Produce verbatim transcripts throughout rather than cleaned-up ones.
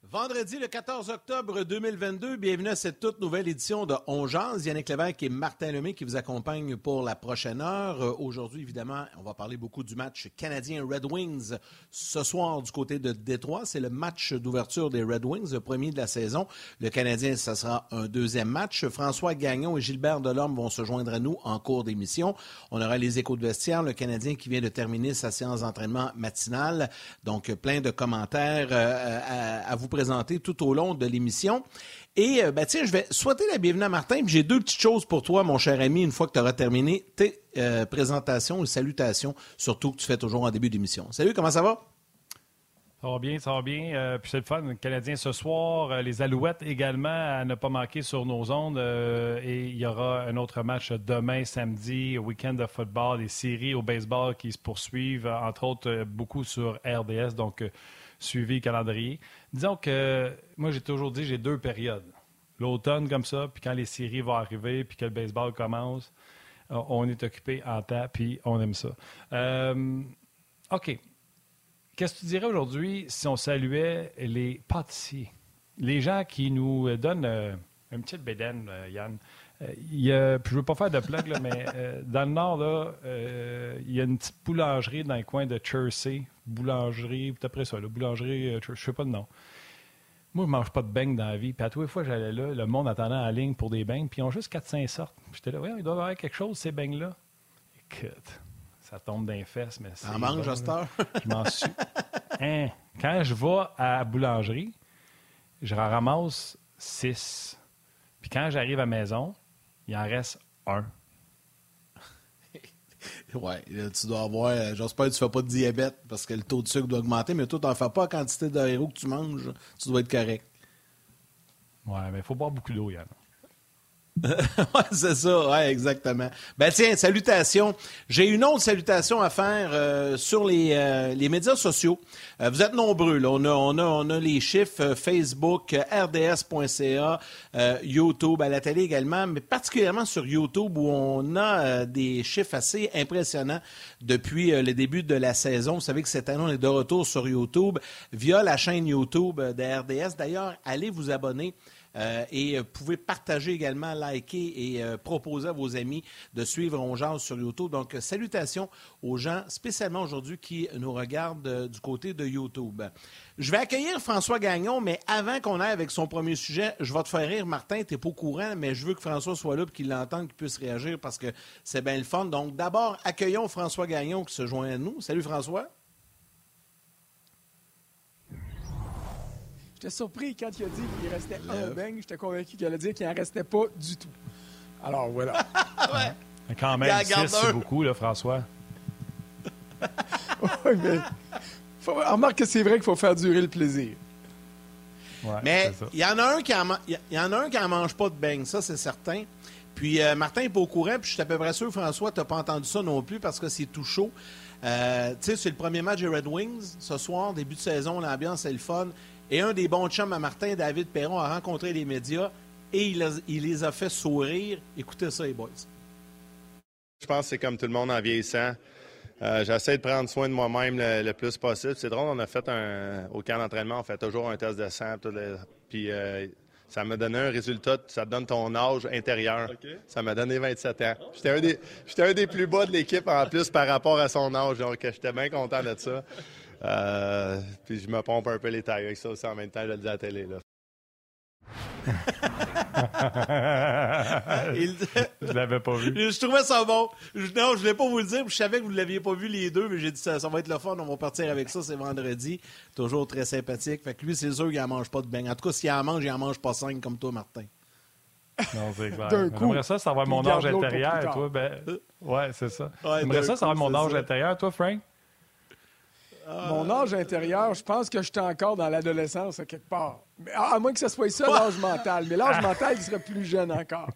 Vendredi, le quatorze octobre deux mille vingt-deux, bienvenue à cette toute nouvelle édition de On jase. Yannick Lévesque et Martin Lemay qui vous accompagnent pour la prochaine heure. Euh, aujourd'hui, évidemment, on va parler beaucoup du match canadien Red Wings ce soir du côté de Détroit. C'est le match d'ouverture des Red Wings, le premier de la saison. Le Canadien, ça sera un deuxième match. François Gagnon et Gilbert Delorme vont se joindre à nous en cours d'émission. On aura les échos de vestiaire, le Canadien qui vient de terminer sa séance d'entraînement matinale. Donc, plein de commentaires euh, à, à vous présenter tout au long de l'émission. Et, ben, tiens, je vais souhaiter la bienvenue à Martin. Puis j'ai deux petites choses pour toi, mon cher ami, une fois que tu auras terminé tes euh, présentations et salutations, surtout que tu fais toujours en début d'émission. Salut, comment ça va? Ça va bien, ça va bien. Euh, puis c'est le fun. Le Canadien ce soir, euh, les Alouettes également à ne pas manquer sur nos ondes. Euh, et il y aura un autre match demain, samedi, week-end de football, des séries au baseball qui se poursuivent, entre autres, euh, beaucoup sur R D S. Donc, euh, suivi le calendrier. Disons que moi, j'ai toujours dit j'ai deux périodes. L'automne comme ça, puis quand les séries vont arriver, puis que le baseball commence, on est occupé en temps, puis on aime ça. Euh, OK. Qu'est-ce que tu dirais aujourd'hui si on saluait les pâtissiers? Les gens qui nous donnent euh, une petite bédaine, euh, Yann. Euh, il y a, puis je ne veux pas faire de plug, là, mais euh, dans le nord, là, euh, il y a une petite boulangerie dans le coin de Chersey. Boulangerie, peut-être après ça, là, boulangerie, euh, je ne sais pas le nom. Moi, je ne mange pas de beignes dans la vie. Puis à toutes les fois que j'allais là, le monde attendait en ligne pour des beignes, puis ils ont juste quatre cinq sortes. Puis j'étais là, ouais, il doit y avoir quelque chose, ces beignes-là. Écoute, ça tombe dans les fesses, mais c'est. En mange bon, à cette heure? Je m'en suis. Hein? Quand je vais à la boulangerie, je ramasse six. Puis quand j'arrive à la maison, il en reste un. Oui, tu dois avoir, j'espère que tu ne fais pas de diabète parce que le taux de sucre doit augmenter, mais toi, tu n'en fais pas la quantité d'aéro que tu manges, tu dois être correct. Oui, mais il faut boire beaucoup d'eau, Yann. Oui, c'est ça, ouais, exactement. Ben tiens, salutations. J'ai une autre salutation à faire euh, sur les, euh, les médias sociaux. Euh, vous êtes nombreux, là. On a, on a, on a les chiffres euh, Facebook, euh, R D S point C A, euh, YouTube, à la télé également, mais particulièrement sur YouTube où on a euh, des chiffres assez impressionnants depuis euh, le début de la saison. Vous savez que cette année, on est de retour sur YouTube via la chaîne YouTube de R D S. D'ailleurs, allez vous abonner. Euh, et vous pouvez partager également, liker et euh, proposer à vos amis de suivre On jase sur YouTube. Donc, euh, salutations aux gens, spécialement aujourd'hui, qui nous regardent euh, du côté de YouTube. Je vais accueillir François Gagnon, mais avant qu'on aille avec son premier sujet, je vais te faire rire, Martin, tu n'es pas au courant, mais je veux que François soit là et qu'il l'entende, qu'il puisse réagir parce que c'est bien le fun. Donc, d'abord, accueillons François Gagnon qui se joint à nous. Salut, François. J'étais surpris quand il a dit qu'il restait un beigne. J'étais convaincu qu'il allait dire qu'il n'en restait pas du tout. Alors, voilà. Ouais. Mais quand même, six, c'est beaucoup, là, François. Oui, mais faut, remarque que c'est vrai qu'il faut faire durer le plaisir. Ouais, mais il y en a un qui en, il y en a un qui en mange pas de beignes, ça, c'est certain. Puis euh, Martin n'est pas au courant, puis je suis à peu près sûr, François, tu n'as pas entendu ça non plus parce que c'est tout chaud. Euh, tu sais, c'est le premier match des Red Wings ce soir, début de saison, l'ambiance est le fun. Et un des bons chums à Martin, David Perron, a rencontré les médias et il, a, il les a fait sourire. Écoutez ça, les boys. Je pense que c'est comme tout le monde en vieillissant. Euh, j'essaie de prendre soin de moi-même le, le plus possible. C'est drôle, on a fait un... Au camp d'entraînement, on fait toujours un test de sang. Les, puis euh, ça m'a donné un résultat. Ça te donne ton âge intérieur. Okay. Ça m'a donné vingt-sept ans. J'étais un, des, j'étais un des plus bas de l'équipe en plus par rapport à son âge. Donc, j'étais bien content de ça. Euh, puis je me pompe un peu les tailles avec ça aussi en même temps, je le dis à la télé. Là. Il... Je l'avais pas vu. Je trouvais ça bon. Je... Non, je voulais pas vous le dire. Je savais que vous ne l'aviez pas vu les deux, mais j'ai dit ça, ça va être le fun. On va partir avec ça. C'est vendredi. Toujours très sympathique. Fait que lui, c'est sûr qu'il n'en mange pas de beignes. En tout cas, s'il en mange, il n'en mange pas cinq comme toi, Martin. Non, c'est clair. D'un coup, j'aimerais ça savoir mon âge intérieur, toi. Ben... Ouais, c'est ça. Ouais, j'aimerais ça savoir mon âge ça. intérieur, toi, Frank. Mon âge intérieur, je pense que j'étais encore dans l'adolescence à quelque part. Mais, à, à moins que ce soit ça, l'âge mental. Mais l'âge mental, il serait plus jeune encore.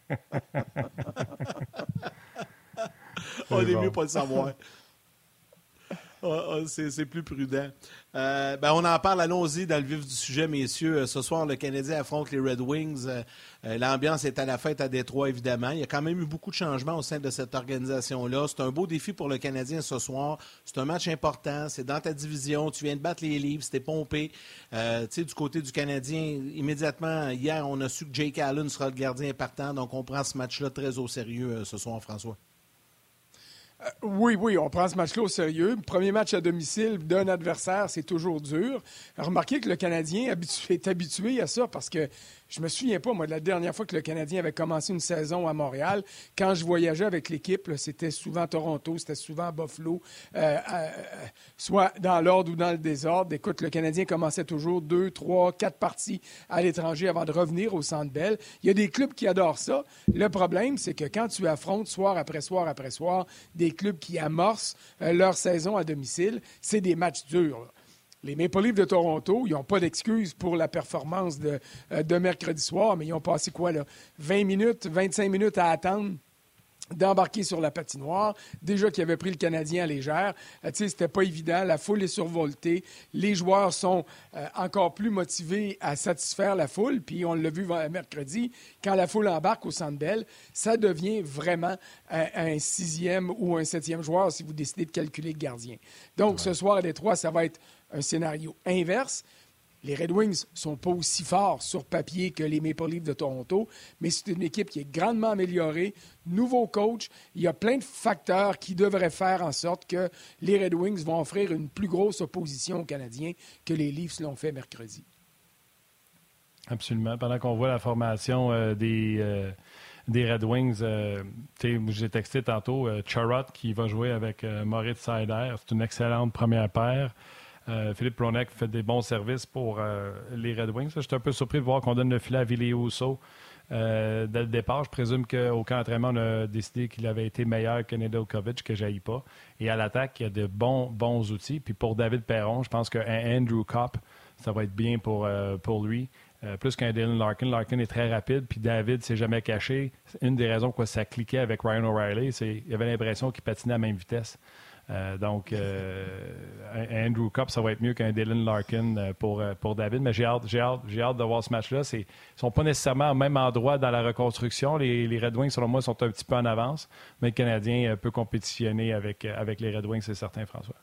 On est bon. mieux pas le savoir. Oh, oh, c'est, c'est plus prudent. Euh, ben, on en parle, allons-y dans le vif du sujet, messieurs. Ce soir, le Canadien affronte les Red Wings. Euh, l'ambiance est à la fête à Détroit, évidemment. Il y a quand même eu beaucoup de changements au sein de cette organisation-là. C'est un beau défi pour le Canadien ce soir. C'est un match important. C'est dans ta division. Tu viens de battre les Leafs. T'es pompé. Euh, tu sais, du côté du Canadien, immédiatement, hier, on a su que Jake Allen sera le gardien partant. Donc, on prend ce match-là très au sérieux euh, ce soir, François. Euh, oui, oui, on prend ce match-là au sérieux. Premier match à domicile d'un adversaire, c'est toujours dur. Remarquez que le Canadien habitu- est habitué à ça parce que je me souviens pas, moi, de la dernière fois que le Canadien avait commencé une saison à Montréal. Quand je voyageais avec l'équipe, là, c'était souvent Toronto, c'était souvent Buffalo, euh, euh, soit dans l'ordre ou dans le désordre. Écoute, le Canadien commençait toujours deux, trois, quatre parties à l'étranger avant de revenir au Centre Bell. Il y a des clubs qui adorent ça. Le problème, c'est que quand tu affrontes soir après soir après soir des clubs qui amorcent euh, leur saison à domicile, c'est des matchs durs, là. Les Maple Leafs de Toronto, ils n'ont pas d'excuses pour la performance de, de mercredi soir, mais ils ont passé quoi, là? vingt minutes, vingt-cinq minutes à attendre d'embarquer sur la patinoire. Déjà qu'ils avaient pris le Canadien à légère. Euh, tu sais, c'était pas évident. La foule est survoltée. Les joueurs sont euh, encore plus motivés à satisfaire la foule. Puis on l'a vu mercredi, quand la foule embarque au Centre Bell, ça devient vraiment un, un sixième ou un septième joueur si vous décidez de calculer le gardien. Donc, ouais. Ce soir à Détroit, ça va être un scénario inverse. Les Red Wings ne sont pas aussi forts sur papier que les Maple Leafs de Toronto, mais c'est une équipe qui est grandement améliorée. Nouveau coach, il y a plein de facteurs qui devraient faire en sorte que les Red Wings vont offrir une plus grosse opposition aux Canadiens que les Leafs l'ont fait mercredi. Absolument. Pendant qu'on voit la formation euh, des, euh, des Red Wings, euh, j'ai texté tantôt euh, Charrot qui va jouer avec euh, Moritz Seider. C'est une excellente première paire. Euh, Philippe Hronek fait des bons services pour euh, les Red Wings. J'étais un peu surpris de voir qu'on donne le filet à Ville Husso euh, dès le départ. Je présume qu'au camp d'entraînement, on a décidé qu'il avait été meilleur que Nedeljkovic, que je n'haïs pas. Et à l'attaque, il y a de bons, bons outils. Puis pour David Perron, je pense qu'un Andrew Copp, ça va être bien pour, euh, pour lui. Euh, plus qu'un Dylan Larkin. Larkin est très rapide, puis David s'est jamais caché. Une des raisons pourquoi ça cliquait avec Ryan O'Reilly, c'est qu'il avait l'impression qu'il patinait à la même vitesse. Euh, donc, euh, Andrew Copp, ça va être mieux qu'un Dylan Larkin pour, pour David, mais j'ai hâte, j'ai hâte, j'ai hâte de voir ce match-là. C'est, ils ne sont pas nécessairement au même endroit dans la reconstruction. Les, les Red Wings, selon moi, sont un petit peu en avance, mais le Canadien peut compétitionner avec, avec les Red Wings, c'est certain, François.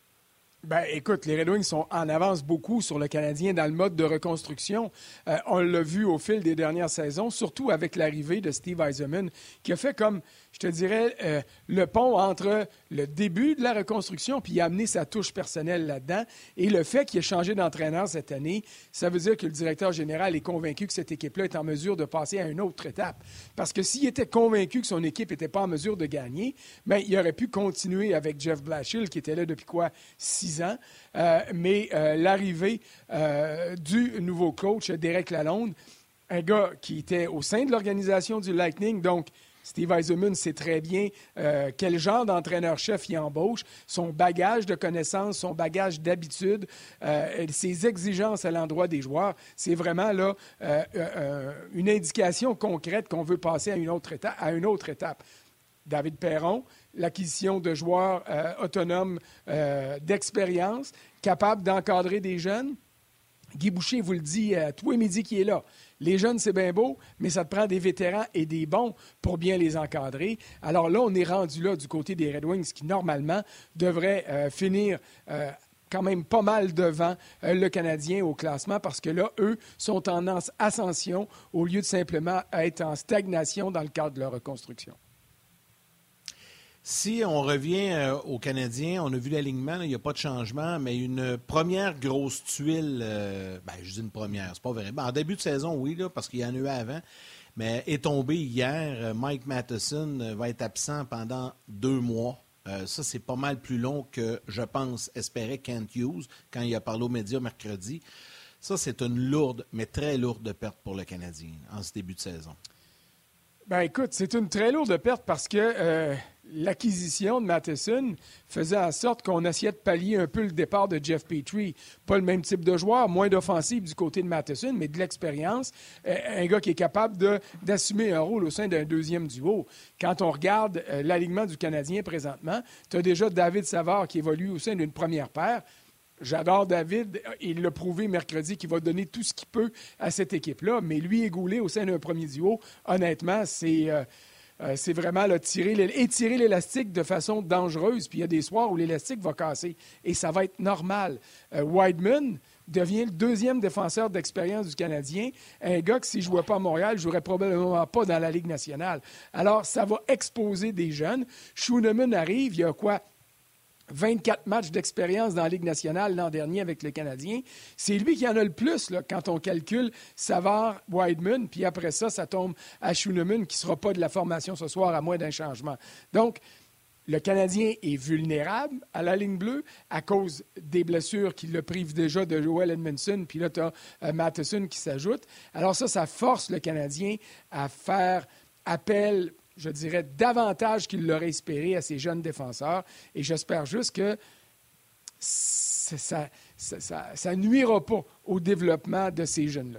Ben, écoute, les Red Wings sont en avance beaucoup sur le Canadien dans le mode de reconstruction. Euh, on l'a vu au fil des dernières saisons, surtout avec l'arrivée de Steve Yzerman, qui a fait comme, je te dirais, euh, le pont entre le début de la reconstruction, puis il a amené sa touche personnelle là-dedans, et le fait qu'il ait changé d'entraîneur cette année, ça veut dire que le directeur général est convaincu que cette équipe-là est en mesure de passer à une autre étape. Parce que s'il était convaincu que son équipe n'était pas en mesure de gagner, bien, il aurait pu continuer avec Jeff Blashill, qui était là depuis quoi, six ans. Euh, mais euh, l'arrivée euh, du nouveau coach, Derek Lalonde, un gars qui était au sein de l'organisation du Lightning, donc Steve Yzerman sait très bien euh, quel genre d'entraîneur-chef il embauche, son bagage de connaissances, son bagage d'habitude, euh, ses exigences à l'endroit des joueurs. C'est vraiment là euh, euh, une indication concrète qu'on veut passer à une autre étape. À une autre étape. David Perron, l'acquisition de joueurs euh, autonomes euh, d'expérience, capables d'encadrer des jeunes. Guy Boucher vous le dit euh, tous les midis qui est là. Les jeunes, c'est bien beau, mais ça te prend des vétérans et des bons pour bien les encadrer. Alors là, on est rendu là du côté des Red Wings qui, normalement, devraient euh, finir euh, quand même pas mal devant euh, le Canadien au classement parce que là, eux, sont en ascension au lieu de simplement être en stagnation dans le cadre de leur reconstruction. Si on revient euh, aux Canadiens, on a vu l'alignement, il n'y a pas de changement, mais une première grosse tuile, euh, ben, je dis une première, c'est pas vrai. Ben, en début de saison, oui, là, parce qu'il y en a eu avant, mais est tombé hier. Mike Matheson va être absent pendant deux mois. Euh, ça, c'est pas mal plus long que, je pense, espérait Kent Hughes quand il a parlé aux médias mercredi. Ça, c'est une lourde, mais très lourde perte pour le Canadien en ce début de saison. Ben écoute, c'est une très lourde perte parce que euh, l'acquisition de Matheson faisait en sorte qu'on essayait de pallier un peu le départ de Jeff Petrie. Pas le même type de joueur, moins d'offensive du côté de Matheson, mais de l'expérience. Euh, un gars qui est capable de, d'assumer un rôle au sein d'un deuxième duo. Quand on regarde euh, l'alignement du Canadien présentement, tu as déjà David Savard qui évolue au sein d'une première paire. J'adore David. Il l'a prouvé mercredi qu'il va donner tout ce qu'il peut à cette équipe-là. Mais lui, égoulé au sein d'un premier duo, honnêtement, c'est, euh, euh, c'est vraiment là, tirer, étirer l'élastique de façon dangereuse. Puis il y a des soirs où l'élastique va casser. Et ça va être normal. Euh, Wideman devient le deuxième défenseur d'expérience du Canadien. Un gars que, s'il ne jouait pas à Montréal, ne jouerait probablement pas dans la Ligue nationale. Alors, ça va exposer des jeunes. Schooneman arrive, il y a quoi? vingt-quatre matchs d'expérience dans la Ligue nationale l'an dernier avec le Canadien. C'est lui qui en a le plus là, quand on calcule Savard, Wideman, puis après ça, ça tombe à Schooneman qui ne sera pas de la formation ce soir à moins d'un changement. Donc, le Canadien est vulnérable à la ligne bleue à cause des blessures qui le privent déjà de Joel Edmondson, puis là, tu as euh, Matheson qui s'ajoute. Alors ça, ça force le Canadien à faire appel, je dirais, davantage qu'il l'aurait espéré à ces jeunes défenseurs. Et j'espère juste que ça ça, ça, ça nuira pas au développement de ces jeunes-là.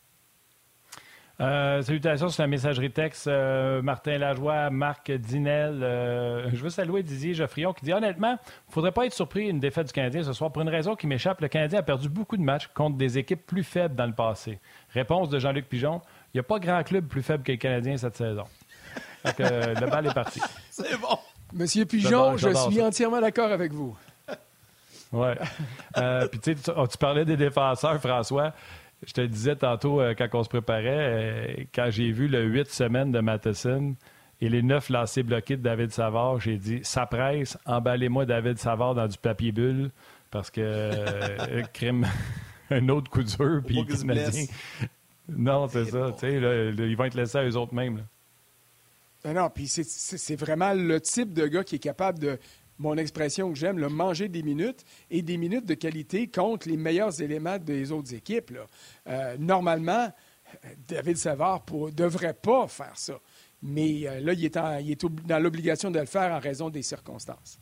Euh, salutations sur la messagerie texte. Euh, Martin Lajoie, Marc Dinel. Euh, je veux saluer Didier Geoffrion qui dit honnêtement, il ne faudrait pas être surpris d'une défaite du Canadien ce soir pour une raison qui m'échappe. Le Canadien a perdu beaucoup de matchs contre des équipes plus faibles dans le passé. Réponse de Jean-Luc Pigeon, il n'y a pas grand club plus faible que le Canadien cette saison. Donc, euh, le bal est parti. C'est bon. Monsieur Pigeon, je suis ça. entièrement d'accord avec vous. Oui. Euh, puis tu sais, tu, tu parlais des défenseurs, François. Je te le disais tantôt euh, quand on se préparait, euh, quand j'ai vu le huit semaines de Matheson et les neuf lancers bloqués de David Savard, j'ai dit, ça presse, emballez-moi David Savard dans du papier bulle parce que euh, crime, un autre coup dur, puis le Canadien. Non, c'est, c'est ça. Bon. Tu sais, là, là, ils vont être laissés à eux-mêmes. Là. Non, non, puis c'est, c'est, c'est vraiment le type de gars qui est capable de, mon expression que j'aime, le manger des minutes et des minutes de qualité contre les meilleurs éléments des autres équipes. Là. Euh, normalement, David Savard ne devrait pas faire ça. Mais euh, là, il est, en, il est dans l'obligation de le faire en raison des circonstances.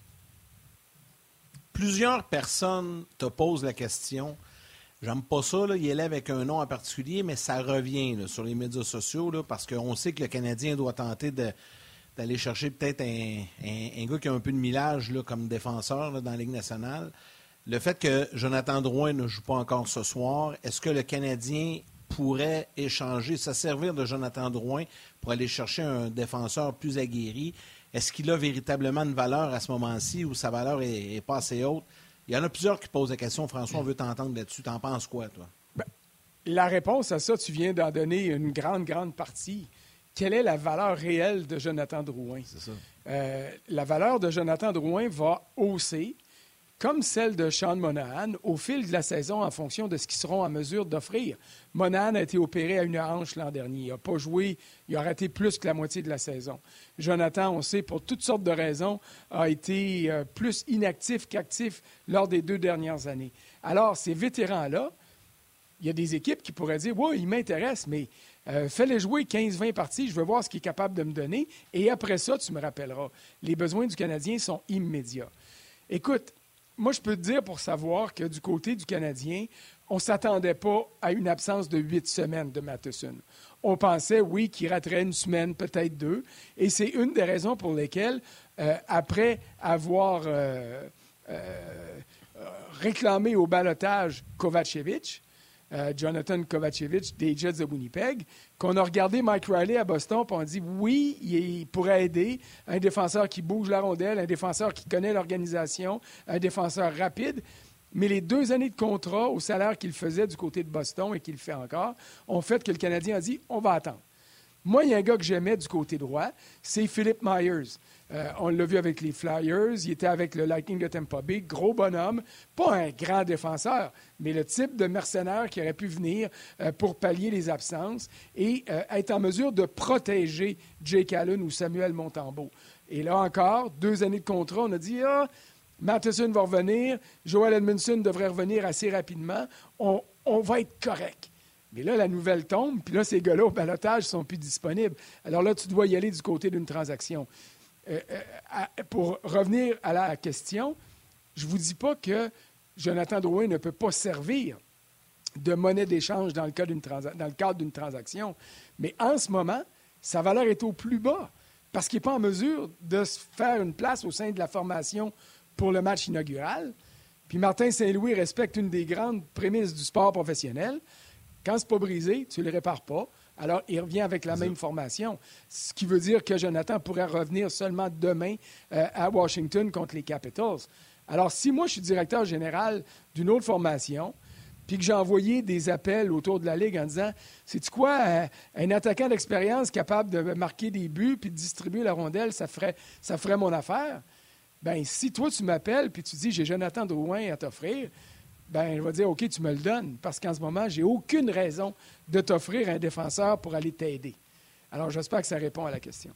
Plusieurs personnes te posent la question. J'aime pas ça, là, il est là avec un nom en particulier, mais ça revient là, sur les médias sociaux là, parce qu'on sait que le Canadien doit tenter de, d'aller chercher peut-être un, un, un gars qui a un peu de millage là, comme défenseur là, dans la Ligue nationale. Le fait que Jonathan Drouin ne joue pas encore ce soir, est-ce que le Canadien pourrait échanger, se servir de Jonathan Drouin pour aller chercher un défenseur plus aguerri? Est-ce qu'il a véritablement une valeur à ce moment-ci où sa valeur est, est pas assez haute? Il y en a plusieurs qui posent la question. François, on veut t'entendre là-dessus. T'en penses quoi, toi? Ben, la réponse à ça, tu viens d'en donner une grande, grande partie. Quelle est la valeur réelle de Jonathan Drouin? C'est ça. Euh, la valeur de Jonathan Drouin va hausser, comme celle de Sean Monahan, au fil de la saison en fonction de ce qu'ils seront en mesure d'offrir. Monahan a été opéré à une hanche l'an dernier. Il n'a pas joué, il a raté plus que la moitié de la saison. Jonathan, on sait, pour toutes sortes de raisons, a été euh, plus inactif qu'actif lors des deux dernières années. Alors, ces vétérans-là, il y a des équipes qui pourraient dire « Oui, il m'intéresse, mais euh, fais-les jouer quinze vingt parties, je veux voir ce qu'il est capable de me donner, et après ça, tu me rappelleras. » Les besoins du Canadien sont immédiats. Écoute, moi, je peux te dire pour savoir que du côté du Canadien, on ne s'attendait pas à une absence de huit semaines de Matheson. On pensait, oui, qu'il raterait une semaine, peut-être deux. Et c'est une des raisons pour lesquelles, euh, après avoir euh, euh, réclamé au ballottage Kovacevic, euh, Jonathan Kovacevic des Jets de Winnipeg, qu'on a regardé Mike Riley à Boston et on a dit oui, il pourrait aider un défenseur qui bouge la rondelle, un défenseur qui connaît l'organisation, un défenseur rapide. Mais les deux années de contrat au salaire qu'il faisait du côté de Boston et qu'il fait encore ont fait que le Canadien a dit on va attendre. Moi, il y a un gars que j'aimais du côté droit, c'est Philip Myers. Euh, on l'a vu avec les Flyers, il était avec le Lightning de Tampa Bay, gros bonhomme, pas un grand défenseur, mais le type de mercenaire qui aurait pu venir euh, pour pallier les absences et euh, être en mesure de protéger Jake Allen ou Samuel Montembeault. Et là encore, deux années de contrat, on a dit « Ah, Matheson va revenir, Joel Edmondson devrait revenir assez rapidement, on, on va être correct. » Mais là, la nouvelle tombe, puis là, ces gars-là au balotage ne sont plus disponibles. Alors là, tu dois y aller du côté d'une transaction. Euh, euh, à, pour revenir à la question, je ne vous dis pas que Jonathan Drouin ne peut pas servir de monnaie d'échange dans le, cas d'une transa- dans le cadre d'une transaction. Mais en ce moment, sa valeur est au plus bas parce qu'il n'est pas en mesure de se faire une place au sein de la formation pour le match inaugural. Puis Martin Saint-Louis respecte une des grandes prémices du sport professionnel. Quand ce n'est pas brisé, tu ne le répares pas. Alors, il revient avec la même formation. Ce qui veut dire que Jonathan pourrait revenir seulement demain euh, à Washington contre les Capitals. Alors, si moi, je suis directeur général d'une autre formation, puis que j'ai envoyé des appels autour de la Ligue en disant, sais-tu quoi, un, un attaquant d'expérience capable de marquer des buts puis de distribuer la rondelle, ça ferait, ça ferait mon affaire. Bien, si toi, tu m'appelles puis tu dis, j'ai Jonathan Drouin à t'offrir, bien, je vais dire, OK, tu me le donnes, parce qu'en ce moment, j'ai aucune raison de t'offrir un défenseur pour aller t'aider. Alors, j'espère que ça répond à la question.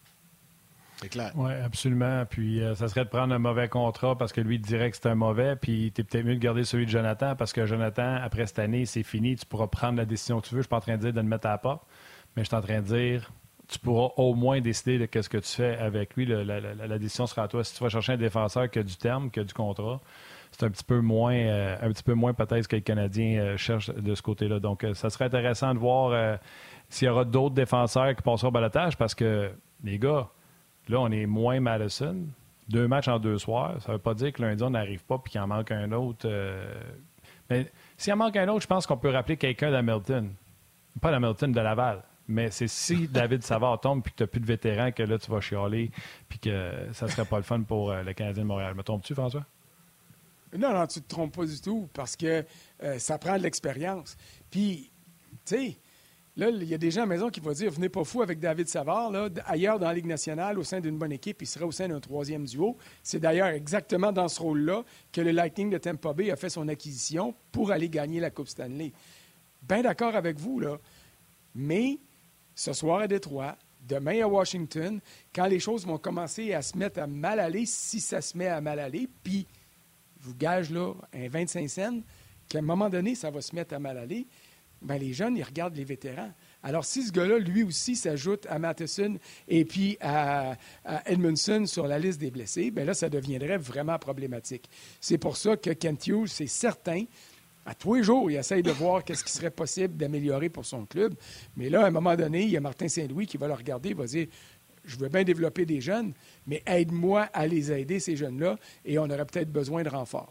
C'est clair. Oui, absolument. Puis, euh, ça serait de prendre un mauvais contrat parce que lui, il dirait que c'est un mauvais. Puis, t'es peut-être mieux de garder celui de Jonathan parce que Jonathan, après cette année, c'est fini. Tu pourras prendre la décision que tu veux. Je suis pas en train de dire de le mettre à la porte, mais je suis en train de dire tu pourras au moins décider de ce que tu fais avec lui. Le, la, la, la décision sera à toi. Si tu vas chercher un défenseur qui a du terme, qui a du contrat, c'est un petit peu moins, euh, un petit peu moins peut-être que le Canadien euh, cherche de ce côté-là. Donc, euh, ça serait intéressant de voir euh, s'il y aura d'autres défenseurs qui passeront au balotage parce que, les gars, là, on est moins Madison. Deux matchs en deux soirs. Ça ne veut pas dire que lundi, on n'arrive pas et qu'il en manque un autre. Euh... Mais s'il en manque un autre, je pense qu'on peut rappeler quelqu'un d'Hamilton. Pas d'Hamilton, de Laval. Mais c'est si David Savard tombe puis que tu n'as plus de vétéran que là, tu vas chialer puis que ça ne serait pas le fun pour euh, le Canadien de Montréal. Me trompes-tu, François? Non, non, tu ne te trompes pas du tout parce que euh, ça prend de l'expérience. Puis, tu sais, là, il y a des gens à la maison qui vont dire, venez pas fou avec David Savard. Là, ailleurs dans la Ligue nationale, au sein d'une bonne équipe, il serait au sein d'un troisième duo. C'est d'ailleurs exactement dans ce rôle-là que le Lightning de Tampa Bay a fait son acquisition pour aller gagner la Coupe Stanley. Bien d'accord avec vous, là. Mais ce soir à Détroit, demain à Washington, quand les choses vont commencer à se mettre à mal aller, si ça se met à mal aller, puis je vous gage là un vingt-cinq cents, qu'à un moment donné, ça va se mettre à mal aller, bien, les jeunes, ils regardent les vétérans. Alors, si ce gars-là, lui aussi, s'ajoute à Matheson et puis à, à Edmondson sur la liste des blessés, bien là, ça deviendrait vraiment problématique. C'est pour ça que Kent Hughes, c'est certain, à tous les jours, il essaye de voir qu'est-ce qui serait possible d'améliorer pour son club. Mais là, à un moment donné, il y a Martin Saint-Louis qui va le regarder, il va dire, je veux bien développer des jeunes, mais aide-moi à les aider, ces jeunes-là, et on aurait peut-être besoin de renfort.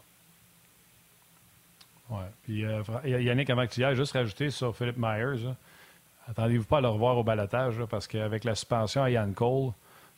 Oui. Puis euh, Yannick, avant que tu y ailles, juste rajouter sur Philip Myers, là, attendez-vous pas à le revoir au balotage, là, parce qu'avec la suspension à Ian Cole,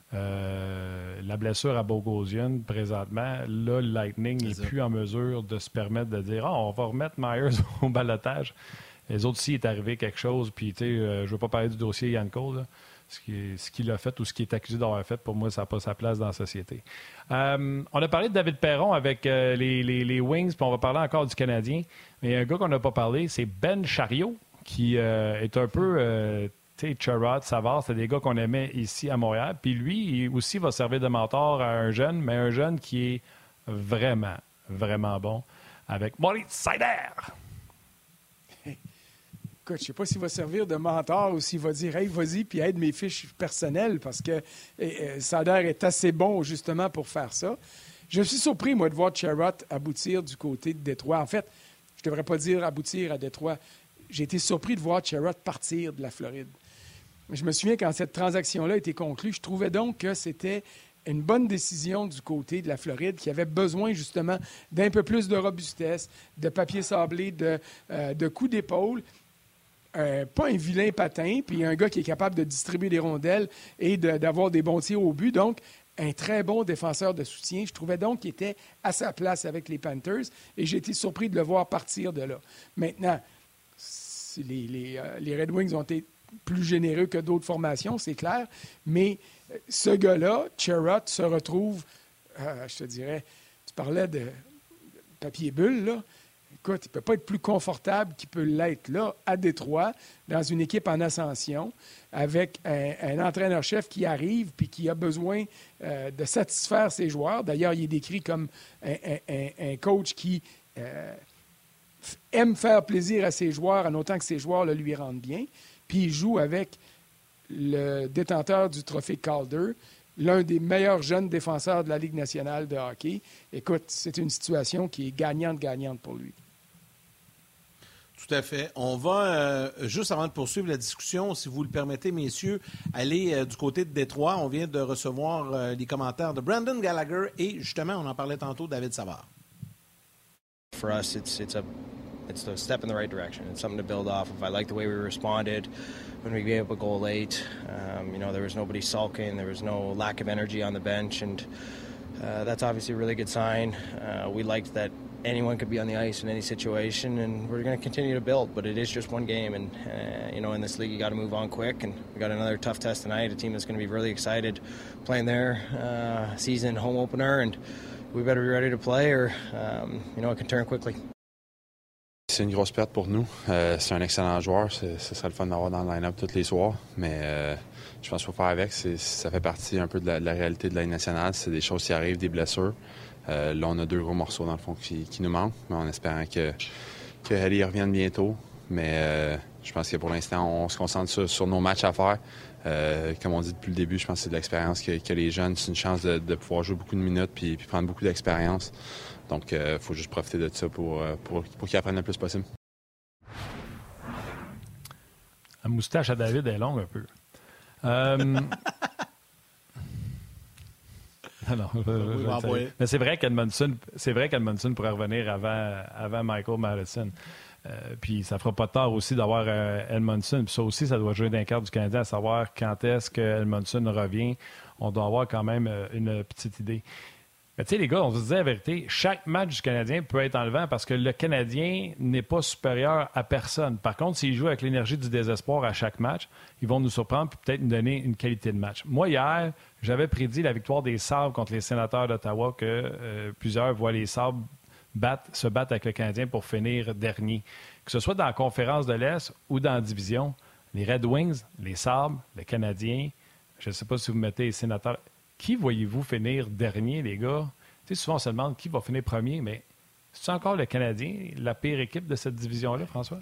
euh, la blessure à Bogosian, présentement, là, le Lightning n'est plus en mesure de se permettre de dire oh, on va remettre Myers au balotage. Les autres, s'il est arrivé quelque chose, puis tu sais, euh, je ne veux pas parler du dossier Ian Cole, là, ce qu'il ce qu'il a fait ou ce qu'il est accusé d'avoir fait, pour moi, ça n'a pas sa place dans la société. Euh, on a parlé de David Perron avec euh, les, les, les Wings, puis on va parler encore du Canadien. Mais un gars qu'on n'a pas parlé, c'est Ben Chariot, qui euh, est un peu, euh, tu sais, Chariot, Savard, c'est des gars qu'on aimait ici à Montréal. Puis lui, il aussi va servir de mentor à un jeune, mais un jeune qui est vraiment, vraiment bon, avec Moritz Seider. Écoute, je ne sais pas s'il va servir de mentor ou s'il va dire « Hey, vas-y, puis aide mes fiches personnelles » parce que euh, Seider est assez bon justement pour faire ça. Je suis surpris, moi, de voir Chariot aboutir du côté de Détroit. En fait, je ne devrais pas dire aboutir à Détroit. J'ai été surpris de voir Chariot partir de la Floride. Je me souviens quand cette transaction-là a été conclue, je trouvais donc que c'était une bonne décision du côté de la Floride qui avait besoin justement d'un peu plus de robustesse, de papier sablé, de, euh, de coups d'épaule. Euh, pas un vilain patin, puis un gars qui est capable de distribuer des rondelles et de, d'avoir des bons tirs au but. Donc, un très bon défenseur de soutien. Je trouvais donc qu'il était à sa place avec les Panthers et j'ai été surpris de le voir partir de là. Maintenant, les, les, euh, les Red Wings ont été plus généreux que d'autres formations, c'est clair, mais ce gars-là, Chariot, se retrouve, euh, je te dirais, tu parlais de papier bulle, là. Écoute, il ne peut pas être plus confortable qu'il peut l'être là, à Détroit, dans une équipe en ascension, avec un, un entraîneur-chef qui arrive puis qui a besoin euh, de satisfaire ses joueurs. D'ailleurs, il est décrit comme un, un, un coach qui euh, aime faire plaisir à ses joueurs en autant que ses joueurs le lui rendent bien. Puis il joue avec le détenteur du trophée Calder, l'un des meilleurs jeunes défenseurs de la Ligue nationale de hockey. Écoute, c'est une situation qui est gagnante-gagnante pour lui. Tout à fait. On va, euh, juste avant de poursuivre la discussion, si vous le permettez, messieurs, aller euh, du côté de Détroit. On vient de recevoir euh, les commentaires de Brendan Gallagher et, justement, on en parlait tantôt, David Savard. For us, it's it's a it's a step in the right direction. It's something to build off of. I like the way we responded when we gave up a goal late. Um, you know, there was nobody sulking. There was no lack of energy on the bench, and uh, that's obviously a really good sign. Uh, we liked that anyone could be on the ice in any situation, and we're going to continue to build, but it is just one game, and uh, you know, in this league you got to move on quick, and we got another tough test tonight, a team that's going to be really excited playing their uh, season home opener, and we better be ready to play, or um, you know, it can turn quickly. C'est une grosse perte pour nous. Euh, c'est un excellent joueur. C'est, ce serait le fun d'avoir dans le line-up tous les soirs. Mais euh, je pense qu'il faut faire avec. C'est, ça fait partie un peu de la, de la réalité de la Ligue nationale. C'est des choses qui arrivent, des blessures. Euh, là, on a deux gros morceaux, dans le fond, qui, qui nous manquent. Mais en espérant que, que Ellie revienne bientôt. Mais euh, je pense que pour l'instant, on se concentre sur, sur nos matchs à faire. Euh, comme on dit depuis le début, je pense que c'est de l'expérience que, que les jeunes. C'est une chance de, de pouvoir jouer beaucoup de minutes puis, puis prendre beaucoup d'expérience. Donc, il euh, faut juste profiter de ça pour, pour, pour qu'ils apprennent le plus possible. La moustache à David est longue un peu. Euh... Alors, euh, oui, mais c'est vrai qu'Edmondson, c'est vrai qu'Edmondson pourrait revenir avant, avant Michael Madison. Euh, puis ça fera pas de tort aussi d'avoir euh, Edmondson. Puis ça aussi, ça doit jouer d'un quart du Canadien, à savoir quand est-ce que Edmondson revient. On doit avoir quand même euh, une petite idée. Mais tu sais, les gars, on se disait la vérité, chaque match du Canadien peut être enlevant parce que le Canadien n'est pas supérieur à personne. Par contre, s'ils jouent avec l'énergie du désespoir à chaque match, ils vont nous surprendre et peut-être nous donner une qualité de match. Moi, hier, j'avais prédit la victoire des Sabres contre les Sénateurs d'Ottawa, que euh, plusieurs voient les Sabres battre, se battre avec le Canadien pour finir dernier. Que ce soit dans la conférence de l'Est ou dans la division, les Red Wings, les Sabres, le Canadien, je ne sais pas si vous mettez les Sénateurs... Qui voyez-vous finir dernier, les gars? Tu sais, souvent, on se demande qui va finir premier, mais c'est encore le Canadien, la pire équipe de cette division-là, François?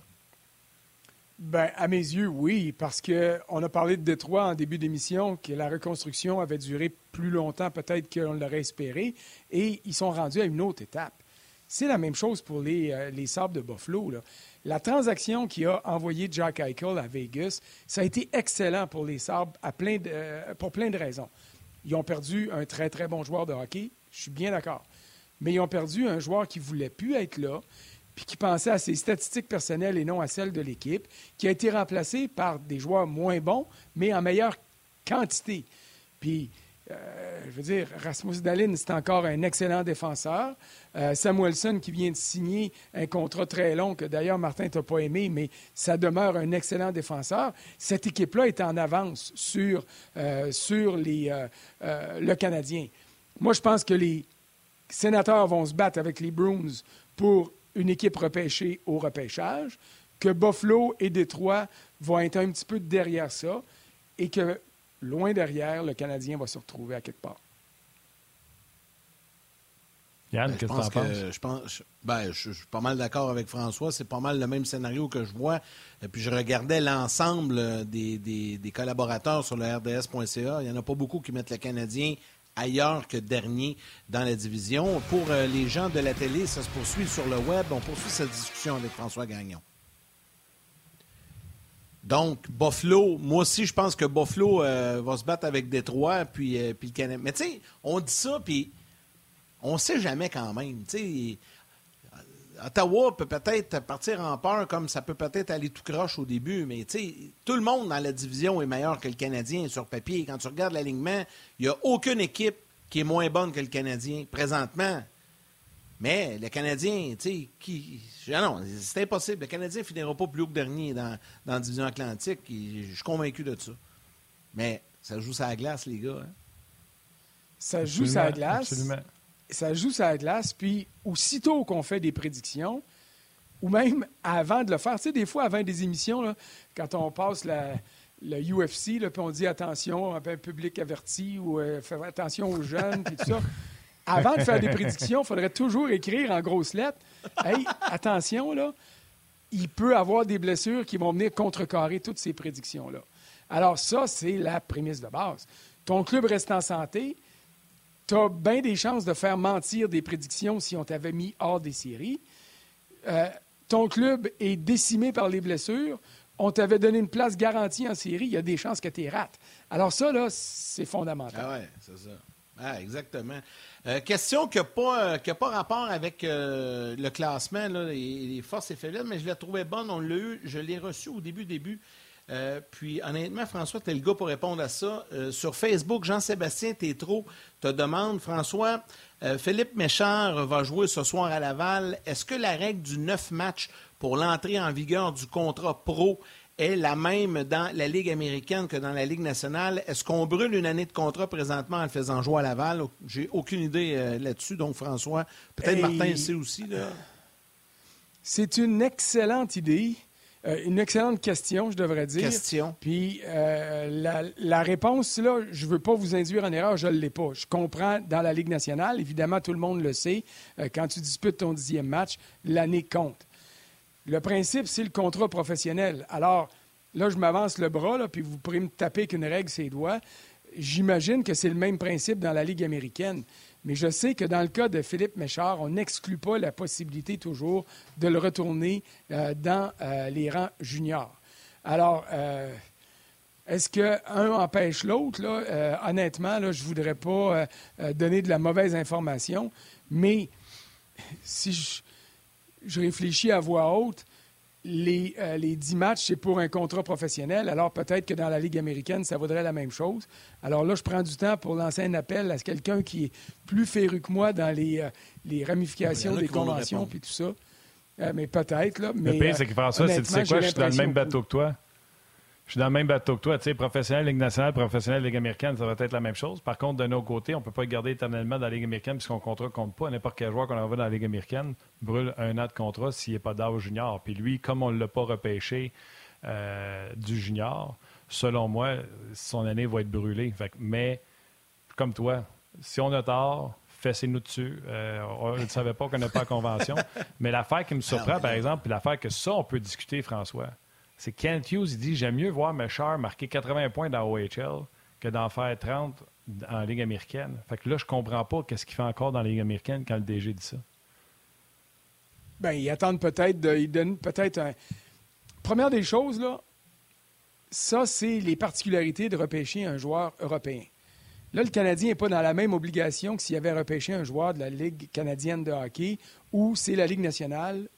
Bien, à mes yeux, oui, parce qu'on a parlé de Détroit en début d'émission, que la reconstruction avait duré plus longtemps peut-être qu'on l'aurait espéré, et ils sont rendus à une autre étape. C'est la même chose pour les, euh, les Sabres de Buffalo, là. La transaction qui a envoyé Jack Eichel à Vegas, ça a été excellent pour les Sabres à plein de, euh, pour plein de raisons. Ils ont perdu un très, très bon joueur de hockey. Je suis bien d'accord. Mais ils ont perdu un joueur qui ne voulait plus être là, puis qui pensait à ses statistiques personnelles et non à celles de l'équipe, qui a été remplacé par des joueurs moins bons, mais en meilleure quantité. Puis, euh, je veux dire, Rasmus Dahlin, c'est encore un excellent défenseur. Euh, Samuelsson, qui vient de signer un contrat très long, que d'ailleurs Martin t'a pas aimé, mais ça demeure un excellent défenseur. Cette équipe-là est en avance sur, euh, sur les, euh, euh, le Canadien. Moi, je pense que les Sénateurs vont se battre avec les Bruins pour une équipe repêchée au repêchage, que Buffalo et Détroit vont être un petit peu derrière ça et que, loin derrière, le Canadien va se retrouver à quelque part. Yann, ben, qu'est-ce que tu en penses? Je, pense, je, ben, je, je suis pas mal d'accord avec François. C'est pas mal le même scénario que je vois. Et puis je regardais l'ensemble des, des, des collaborateurs sur le R D S point C A. Il n'y en a pas beaucoup qui mettent le Canadien ailleurs que dernier dans la division. Pour euh, les gens de la télé, ça se poursuit sur le web. On poursuit cette discussion avec François Gagnon. Donc, Buffalo, moi aussi, je pense que Buffalo euh, va se battre avec Détroit, puis, euh, puis le Canadien. Mais tu sais, on dit ça, puis on ne sait jamais quand même. Tu sais, Ottawa peut peut-être partir en peur, comme ça peut peut-être aller tout croche au début, mais tu sais, tout le monde dans la division est meilleur que le Canadien sur papier. Quand tu regardes l'alignement, il n'y a aucune équipe qui est moins bonne que le Canadien présentement. Mais le Canadien, tu sais, qui... non, c'est impossible. Le Canadien ne finira pas plus haut que dernier dans, dans la division atlantique. Je suis convaincu de ça. Mais ça joue sur la glace, les gars. Hein? Ça joue sur la glace. Absolument. Ça joue sur la glace, puis aussitôt qu'on fait des prédictions, ou même avant de le faire, tu sais, des fois, avant des émissions, là, quand on passe la, le U F C, là, puis on dit attention, un peu public averti, ou euh, faire attention aux jeunes, puis tout ça. avant de faire des prédictions, il faudrait toujours écrire en grosses lettres. Hey, attention, là, il peut avoir des blessures qui vont venir contrecarrer toutes ces prédictions-là. Alors ça, c'est la prémisse de base. Ton club reste en santé, tu as bien des chances de faire mentir des prédictions si on t'avait mis hors des séries. Euh, ton club est décimé par les blessures, on t'avait donné une place garantie en série, il y a des chances que tu les rates. Alors ça, là, c'est fondamental. Ah oui, c'est ça. Ah, exactement. Euh, question qui n'a pas, qui a pas rapport avec euh, le classement, là, les, les forces et faiblesses, mais je la trouvais bonne. On l'a eu, je l'ai reçu au début, début. Euh, puis, honnêtement, François, tu es le gars pour répondre à ça. Euh, sur Facebook, Jean-Sébastien Tétrault te demande, François, euh, Philippe Méchard va jouer ce soir à Laval. Est-ce que la règle du neuf matchs pour l'entrée en vigueur du contrat pro est la même dans la Ligue américaine que dans la Ligue nationale? Est-ce qu'on brûle une année de contrat présentement en le faisant jouer à Laval? J'ai aucune idée euh, là-dessus. Donc, François, peut-être hey, Martin le sait aussi. Là. C'est une excellente idée. Euh, une excellente question, je devrais dire. Question. Puis euh, la, la réponse, là, je ne veux pas vous induire en erreur, je ne l'ai pas. Je comprends dans la Ligue nationale, évidemment, tout le monde le sait, euh, quand tu disputes ton dixième match, l'année compte. Le principe, c'est le contrat professionnel. Alors, là, je m'avance le bras, là, puis vous pourrez me taper avec une règle ses doigts. J'imagine que c'est le même principe dans la Ligue américaine. Mais je sais que dans le cas de Philippe Méchard, on n'exclut pas la possibilité toujours de le retourner euh, dans euh, les rangs juniors. Alors, euh, est-ce qu'un empêche l'autre? Là? Euh, honnêtement, là, je ne voudrais pas euh, donner de la mauvaise information, mais si je, je réfléchis à voix haute, les, euh, les dix matchs, c'est pour un contrat professionnel. Alors, peut-être que dans la Ligue américaine, ça vaudrait la même chose. Alors là, je prends du temps pour lancer un appel à quelqu'un qui est plus féru que moi dans les, euh, les ramifications des conventions et tout ça. Euh, mais peut-être, là. Mais, le pire, c'est que François, c'est, tu sais quoi, je suis dans le même bateau que toi. Je suis dans le même bateau que toi. Tu sais, professionnel, Ligue nationale, professionnel, Ligue américaine, ça va être la même chose. Par contre, de nos côtés, on ne peut pas le garder éternellement dans la Ligue américaine puisqu'on contrat ne compte pas. N'importe quel joueur qu'on envoie dans la Ligue américaine brûle un an de contrat s'il n'est pas d'âge junior. Puis lui, comme on ne l'a pas repêché euh, du junior, selon moi, son année va être brûlée. Fait que, mais, comme toi, si on a tort, fessez-nous dessus. Euh, on ne savait pas qu'on n'a pas la convention. Mais l'affaire qui me surprend, par exemple, puis l'affaire que ça, on peut discuter, François, c'est que Kent Hughes, il dit « J'aime mieux voir Méchard marquer quatre-vingts points dans O H L que d'en faire trente en Ligue américaine. » Fait que là, je comprends pas qu'est-ce qu'il fait encore dans la Ligue américaine quand le D G dit ça. Bien, ils attendent peut-être, de, ils donnent peut-être un... Première des choses, là, ça, c'est les particularités de repêcher un joueur européen. Là, le Canadien n'est pas dans la même obligation que s'il avait repêché un joueur de la Ligue canadienne de hockey ou c'est la Ligue nationale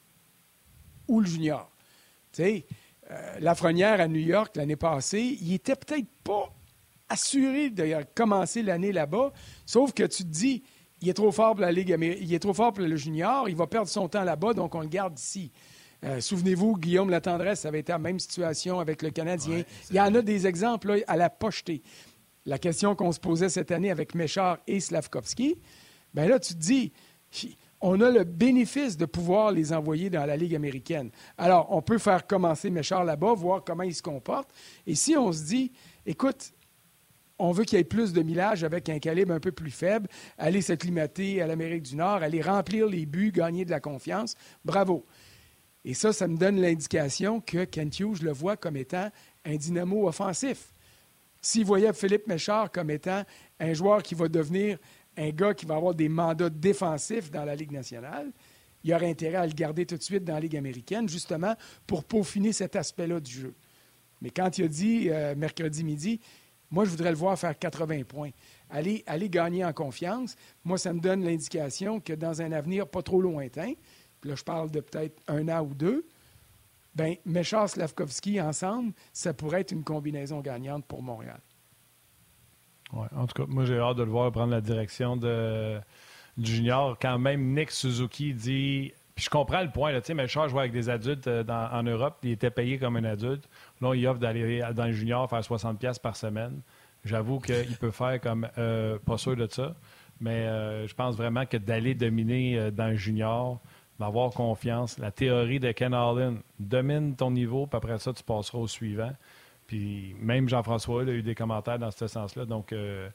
ou le junior. Tu sais, euh, Lafrenière à New York l'année passée, il était peut-être pas assuré de commencer l'année là-bas, sauf que tu te dis, il est trop fort pour la Ligue américaine, il est trop fort pour le junior, il va perdre son temps là-bas, donc on le garde ici. Euh, souvenez-vous, Guillaume Latendresse, ça avait été la même situation avec le Canadien. Ouais, il y en a des exemples là, à la pochetée. La question qu'on se posait cette année avec Méchard et Slavkovski, bien là, tu te dis... On a le bénéfice de pouvoir les envoyer dans la Ligue américaine. Alors, on peut faire commencer Méchard là-bas, voir comment il se comporte. Et si on se dit, écoute, on veut qu'il y ait plus de millage avec un calibre un peu plus faible, aller s'acclimater à l'Amérique du Nord, aller remplir les buts, gagner de la confiance, bravo. Et ça, ça me donne l'indication que Kent Hughes le voit comme étant un dynamo offensif. S'il voyait Philippe Méchard comme étant un joueur qui va devenir un gars qui va avoir des mandats défensifs dans la Ligue nationale, il aurait intérêt à le garder tout de suite dans la Ligue américaine, justement pour peaufiner cet aspect-là du jeu. Mais quand il a dit euh, mercredi midi, moi, je voudrais le voir faire quatre-vingts points, aller, aller gagner en confiance, moi, ça me donne l'indication que dans un avenir pas trop lointain, puis là, je parle de peut-être un an ou deux, bien, Méchard-Slavkovski ensemble, ça pourrait être une combinaison gagnante pour Montréal. Ouais, en tout cas, moi, j'ai hâte de le voir prendre la direction de, du junior. Quand même, Nick Suzuki dit... Puis je comprends le point. Tu sais, Méchard jouait avec des adultes dans, en Europe. Il était payé comme un adulte. Là, il offre d'aller dans le junior faire soixante dollars par semaine. J'avoue qu'il peut faire comme... Euh, pas sûr de ça. Mais euh, je pense vraiment que d'aller dominer euh, dans le junior, d'avoir confiance. La théorie de Ken Holland, domine ton niveau, puis après ça, tu passeras au suivant. Puis même Jean-François il a eu des commentaires dans ce sens-là. Donc, euh,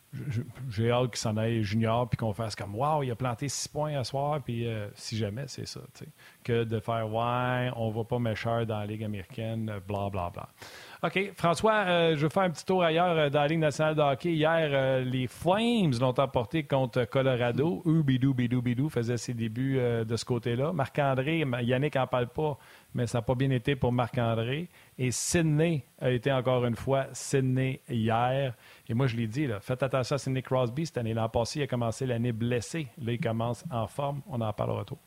j'ai hâte qu'il s'en aille junior puis qu'on fasse comme « Wow, il a planté six points à soir », puis euh, si jamais, c'est ça, tu sais, que de faire « Ouais, on va pas méchant dans la Ligue américaine, bla, bla, bla ». OK. François, euh, je vais faire un petit tour ailleurs euh, dans la Ligue nationale de hockey. Hier, euh, les Flames l'ont emporté contre Colorado. Oubidou, bidou, bidou faisait ses débuts euh, de ce côté-là. Marc-André, Yannick n'en parle pas, mais ça n'a pas bien été pour Marc-André. Et Sidney a été encore une fois Sidney hier. Et moi, je l'ai dit, là, faites attention à Sidney Crosby. Cette année, l'an passé, il a commencé l'année blessé. Là, il commence en forme. On en parle au retour.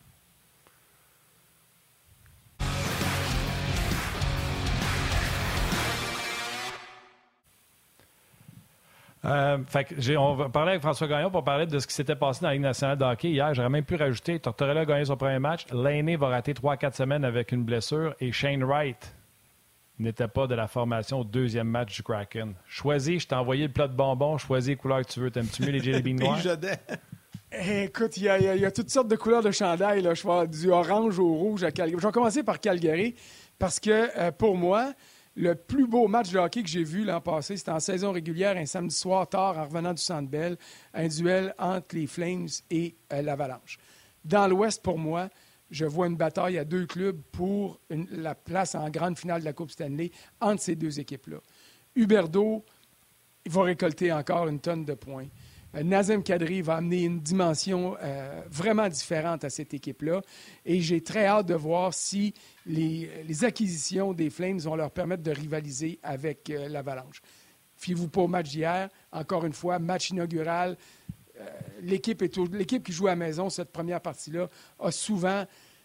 Euh, fait que j'ai, on va parler avec François Gagnon pour parler de ce qui s'était passé dans la Ligue nationale de hockey hier. J'aurais même pu rajouter, Tortorella a gagné son premier match. Lainé va rater trois à quatre semaines avec une blessure. Et Shane Wright n'était pas de la formation au deuxième match du Kraken. Choisis, je t'ai envoyé le plat de bonbons. Choisis les couleurs que tu veux. T'aimes-tu mieux les jelly beans noirs? Écoute, il y, y, y a toutes sortes de couleurs de chandail. Là. Je vais du orange au rouge à Calgary. Je vais commencer par Calgary parce que, euh, pour moi, le plus beau match de hockey que j'ai vu l'an passé, c'était en saison régulière, un samedi soir tard, en revenant du Centre Bell, un duel entre les Flames et euh, l'Avalanche. Dans l'Ouest, pour moi, je vois une bataille à deux clubs pour une, la place en grande finale de la Coupe Stanley entre ces deux équipes-là. Huberdeau, il va récolter encore une tonne de points. Euh, Nazem Kadri va amener une dimension euh, vraiment différente à cette équipe-là. Et j'ai très hâte de voir si les, les acquisitions des Flames vont leur permettre de rivaliser avec euh, l'Avalanche. Fiez-vous pas au match d'hier. Encore une fois, match inaugural. Euh, l'équipe, est au, l'équipe qui joue à la maison, cette première partie-là, a souvent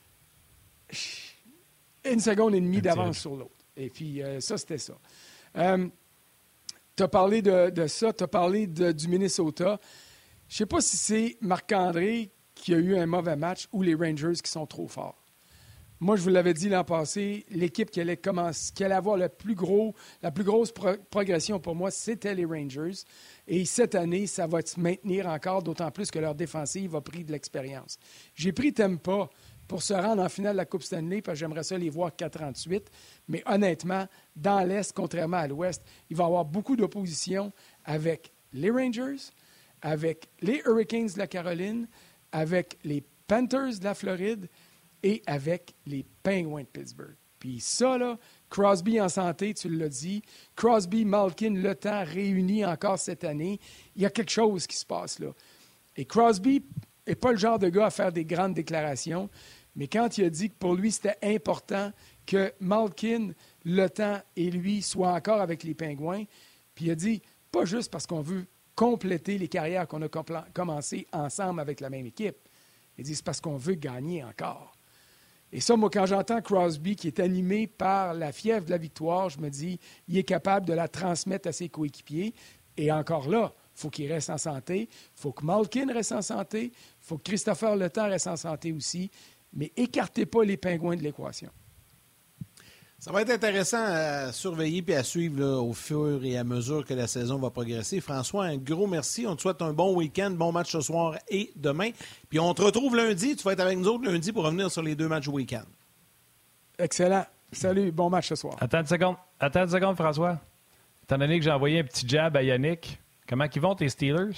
une seconde et demie d'avance sur l'autre. Et puis, euh, ça, c'était ça. Euh, Tu as parlé de, de ça, tu as parlé de, du Minnesota. Je ne sais pas si c'est Marc-André qui a eu un mauvais match ou les Rangers qui sont trop forts. Moi, je vous l'avais dit l'an passé, l'équipe qui allait, commencer, qui allait avoir le plus gros, la plus grosse pro- progression pour moi, c'était les Rangers. Et cette année, ça va se maintenir encore, d'autant plus que leur défensive a pris de l'expérience. J'ai pris Tampa pour se rendre en finale de la Coupe Stanley, parce que j'aimerais ça les voir quatre trente-huit. Mais honnêtement, dans l'Est, contrairement à l'Ouest, il va y avoir beaucoup d'opposition avec les Rangers, avec les Hurricanes de la Caroline, avec les Panthers de la Floride et avec les Penguins de Pittsburgh. Puis ça, là, Crosby en santé, tu l'as dit. Crosby, Malkin, Le Temps réunis encore cette année. Il y a quelque chose qui se passe là. Et Crosby n'est pas le genre de gars à faire des grandes déclarations, mais quand il a dit que pour lui, c'était important que Malkin, Le Temps et lui soient encore avec les Pingouins, puis il a dit, pas juste parce qu'on veut compléter les carrières qu'on a compl- commencées ensemble avec la même équipe. Il dit, c'est parce qu'on veut gagner encore. Et ça, moi, quand j'entends Crosby qui est animé par la fièvre de la victoire, je me dis, il est capable de la transmettre à ses coéquipiers. Et encore là, il faut qu'il reste en santé. Il faut que Malkin reste en santé. Il faut que Christopher Le Temps reste en santé aussi. Mais écartez pas les Pingouins de l'équation. Ça va être intéressant à surveiller et à suivre là, au fur et à mesure que la saison va progresser. François, un gros merci. On te souhaite un bon week-end, bon match ce soir et demain. Puis on te retrouve lundi. Tu vas être avec nous autres lundi pour revenir sur les deux matchs du week-end. Excellent. Salut, bon match ce soir. Attends une seconde, Attends une seconde François. Étant donné que j'ai envoyé un petit jab à Yannick, comment ils vont tes Steelers?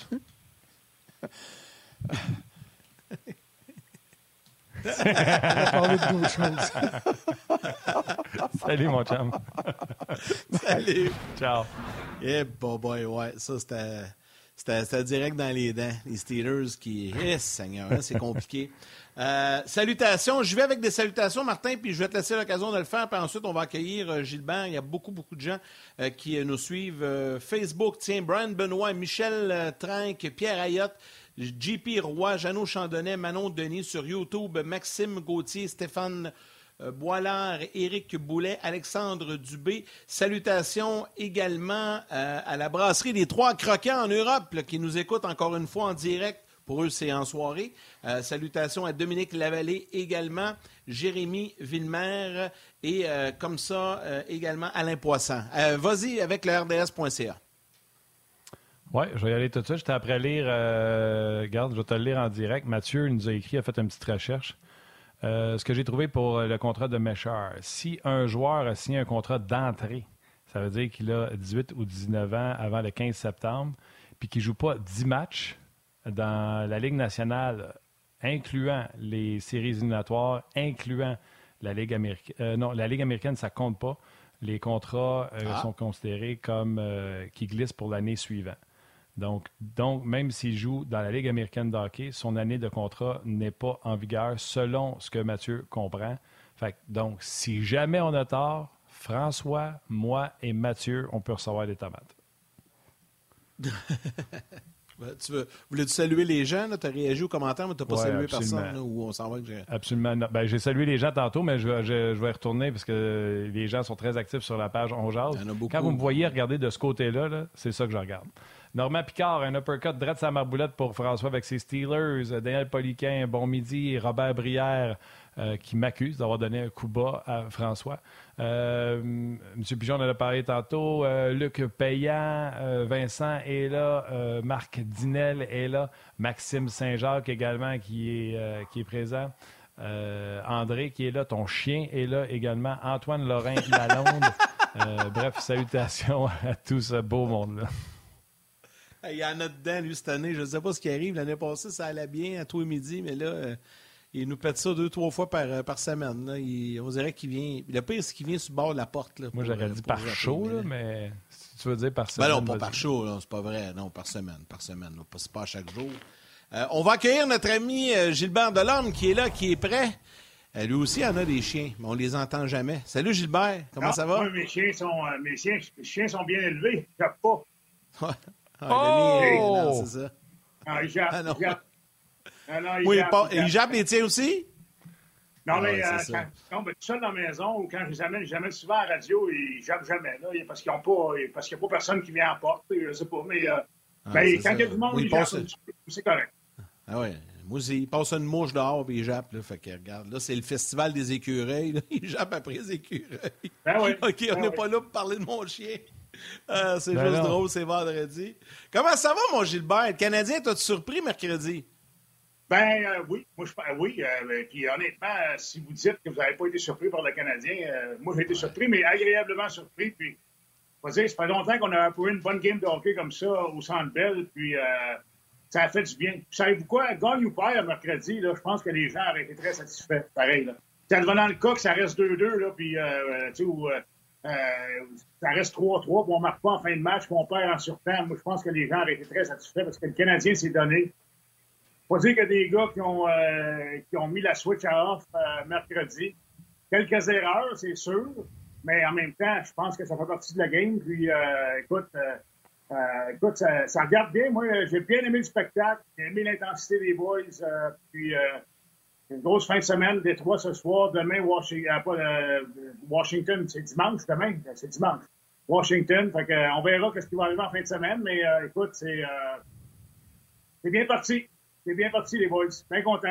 On va parler de d'autres choses. Salut, mon chum. Salut. Ciao. Eh, boy, boy, ouais. Ça, c'était, c'était, c'était direct dans les dents. Les Steelers qui... Eh, Seigneur, hein, c'est compliqué. Euh, salutations. Je vais avec des salutations, Martin, puis je vais te laisser l'occasion de le faire. Puis ensuite, on va accueillir euh, Gilbert. Il y a beaucoup, beaucoup de gens euh, qui euh, nous suivent. Euh, Facebook, tiens, Brian Benoît, Michel euh, Trinque, Pierre Ayotte, J P Roy, Jeannot Chandonnet, Manon Denis sur YouTube, Maxime Gauthier, Stéphane euh, Boilard, Éric Boulet, Alexandre Dubé. Salutations également euh, à la brasserie des Trois Croquants en Europe, là, qui nous écoute encore une fois en direct. Pour eux, c'est en soirée. Euh, salutations à Dominique Lavallée également, Jérémy Villemer et euh, comme ça euh, également Alain Poisson. Euh, vas-y avec le R D S point C A. Oui, je vais y aller tout de suite. J'étais après lire, euh, regarde, je vais te le lire en direct. Mathieu nous a écrit, a fait une petite recherche. Euh, ce que j'ai trouvé pour le contrat de Méchard, si un joueur a signé un contrat d'entrée, ça veut dire qu'il a dix-huit ou dix-neuf ans avant le quinze septembre, puis qui ne joue pas dix matchs dans la Ligue nationale, incluant les séries éliminatoires, incluant la Ligue américaine. Euh, non, la Ligue américaine, ça ne compte pas. Les contrats euh, ah. sont considérés comme euh, qui glissent pour l'année suivante. Donc, donc, même s'il joue dans la Ligue américaine de hockey, son année de contrat n'est pas en vigueur selon ce que Mathieu comprend. Fait que, donc, si jamais on a tort, François, moi et Mathieu, on peut recevoir des tomates. Ben, tu veux, voulais-tu saluer les gens? Tu as réagi aux commentaires, mais tu n'as pas ouais, salué absolument. personne. Là, où on s'en va que j'ai... Absolument. Ben, j'ai salué les gens tantôt, mais je, je, je vais y retourner parce que les gens sont très actifs sur la page On Jase. Quand vous me voyez regarder de ce côté-là, là, c'est ça que je regarde. Normand Picard, un uppercut direct sa marboulette pour François avec ses Steelers. Daniel Poliquin, bon midi. Robert Brière euh, qui m'accuse d'avoir donné un coup bas à François. Euh, M. Pigeon en a parlé tantôt. Euh, Luc Payan, euh, Vincent est là. Euh, Marc Dinel est là. Maxime Saint-Jacques également qui est, euh, qui est présent. Euh, André qui est là. Ton chien est là également. Antoine Lorrain Lalonde. euh, bref, salutations à tout ce beau monde-là. Il y en a dedans, lui, cette année. Je ne sais pas ce qui arrive. L'année passée, ça allait bien à tous les midis, mais là, euh, il nous pète ça deux, trois fois par, euh, par semaine. Là. Il, on dirait qu'il vient... Le pire, c'est qu'il vient sur le bord de la porte. Là, Moi, pour, j'aurais dit par show, là, mais si tu veux dire par semaine... Ben non, pas par show, là, c'est pas vrai. Non, par semaine, par semaine. Là. C'est pas à chaque jour. Euh, on va accueillir notre ami euh, Gilbert Delorme, qui est là, qui est prêt. Euh, lui aussi, il en a des chiens, mais on les entend jamais. Salut, Gilbert. Comment non, ça va? Moi, mes chiens sont, euh, mes chiens, mes chiens sont bien élevés. Ils jappent pas. Ah, oh! L'ami, non, c'est ça. Ah, il jappe. Ah, non. Il jappe. Ah, non, il oui, jappe, pas... il jappe. il jappe les tiens aussi? Non, ah, mais ouais, euh, quand, quand ben, tout seul dans la maison ou quand je les amène, je les amène souvent à la radio, ils jappent jamais. Là, parce qu'ils ont pas, parce qu'il n'y a pas personne qui vient en porte. Je sais pas. Mais euh, ah, ben, quand il y a du monde, oui, ils passe... jappent. C'est correct. Ah ouais. Moi aussi, il passe une mouche dehors et il jappe. Là, fait que, regarde, là, c'est le festival des écureuils. Là. Il jappe après les écureuils. Ben oui. OK, on ben n'est oui. pas là pour parler de mon chien. Ah, c'est ben juste non. drôle, c'est vendredi. Comment ça va, mon Gilbert? Le Canadien, t'as-tu surpris mercredi? Ben euh, oui, moi je euh, oui. Euh, puis honnêtement, euh, si vous dites que vous n'avez pas été surpris par le Canadien, euh, moi j'ai été surpris, mais agréablement surpris. Puis, faut dire, ça fait longtemps qu'on a un peu une bonne game de hockey comme ça au Centre Bell, puis euh, ça a fait du bien. Puis, savez-vous quoi? Gagne ou perd mercredi, là, je pense que les gens auraient été très satisfaits. Pareil, là. C'est devenant le cas que ça reste deux deux, là, puis euh, tu sais, où euh, euh, ça reste trois trois, puis on ne marque pas en fin de match, puis on perd en surtemps. Moi, je pense que les gens auraient été très satisfaits parce que le Canadien s'est donné. Faut dire qu'il y a des gars qui ont, euh, qui ont mis la switch à off euh, mercredi. Quelques erreurs, c'est sûr, mais en même temps, je pense que ça fait partie de la game. Puis, euh, écoute, euh, euh, écoute ça, ça regarde bien. Moi, j'ai bien aimé le spectacle, j'ai aimé l'intensité des boys. Euh, puis, euh, une grosse fin de semaine, Détroit ce soir. Demain, Washington, euh, pas, euh, Washington, c'est dimanche demain, c'est dimanche. Washington, fait que, euh, on verra ce qui va arriver en fin de semaine, mais euh, écoute, c'est, euh, c'est bien parti. C'est bien parti, les boys. Bien content.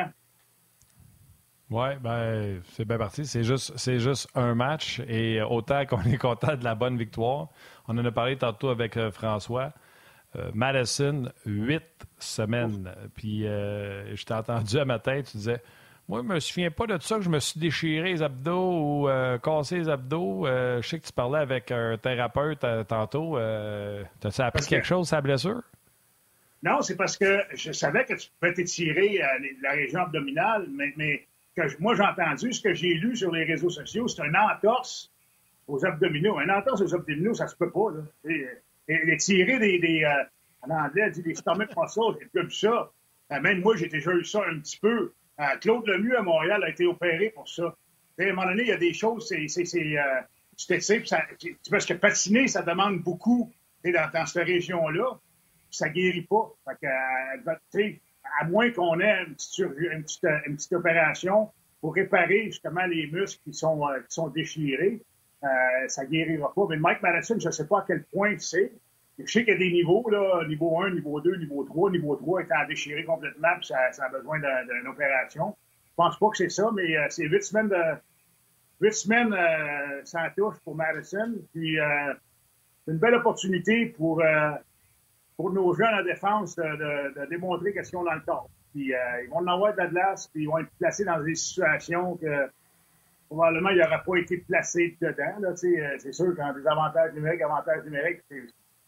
Oui, ben, c'est bien parti. C'est juste, c'est juste un match et autant qu'on est content de la bonne victoire. On en a parlé tantôt avec euh, François. Euh, Madison, huit semaines. Ouf. Puis euh, je t'ai entendu à matin, tu disais, moi, je me souviens pas de ça que je me suis déchiré les abdos ou euh, cassé les abdos. Euh, je sais que tu parlais avec un thérapeute euh, tantôt. Euh, T'as-tu appris quelque chose sur la blessure? Non, c'est parce que je savais que tu pouvais t'étirer à la région abdominale, mais, mais que je, moi, j'ai entendu, ce que j'ai lu sur les réseaux sociaux, c'est un entorse aux abdominaux. Un entorse aux abdominaux, ça se peut pas, là. Et, et, et tirer des, des euh, en anglais, on dit des stomach muscles, j'ai déjà vu ça. Euh, même moi, j'ai déjà eu ça un petit peu. Euh, Claude Lemieux à Montréal a été opéré pour ça. Et à un moment donné, il y a des choses, c'est, c'est, c'est euh, tu t'étires, ça, parce que patiner, ça demande beaucoup dans, dans cette région-là. Ça guérit pas. Fait que, euh, tu sais, à moins qu'on ait une petite, une, petite, une petite opération pour réparer justement les muscles qui sont, euh, qui sont déchirés, euh, ça guérira pas. Mais Mike Madison, je ne sais pas à quel point c'est. Je sais qu'il y a des niveaux, là, niveau un, niveau deux, niveau trois. Niveau trois étant déchiré complètement, puis ça, ça a besoin d'une opération. Je pense pas que c'est ça, mais euh, c'est huit semaines de huit semaines euh, sans touche pour Madison. Puis euh, c'est une belle opportunité pour euh, pour nos jeunes en défense de, de, de démontrer qu'est-ce qu'ils ont dans le corps. Puis euh, ils vont en avoir de la glace, puis ils vont être placés dans des situations que probablement ils n'auraient pas été placés dedans. Là, c'est sûr qu'en des avantages numériques, avantages numériques, c'est,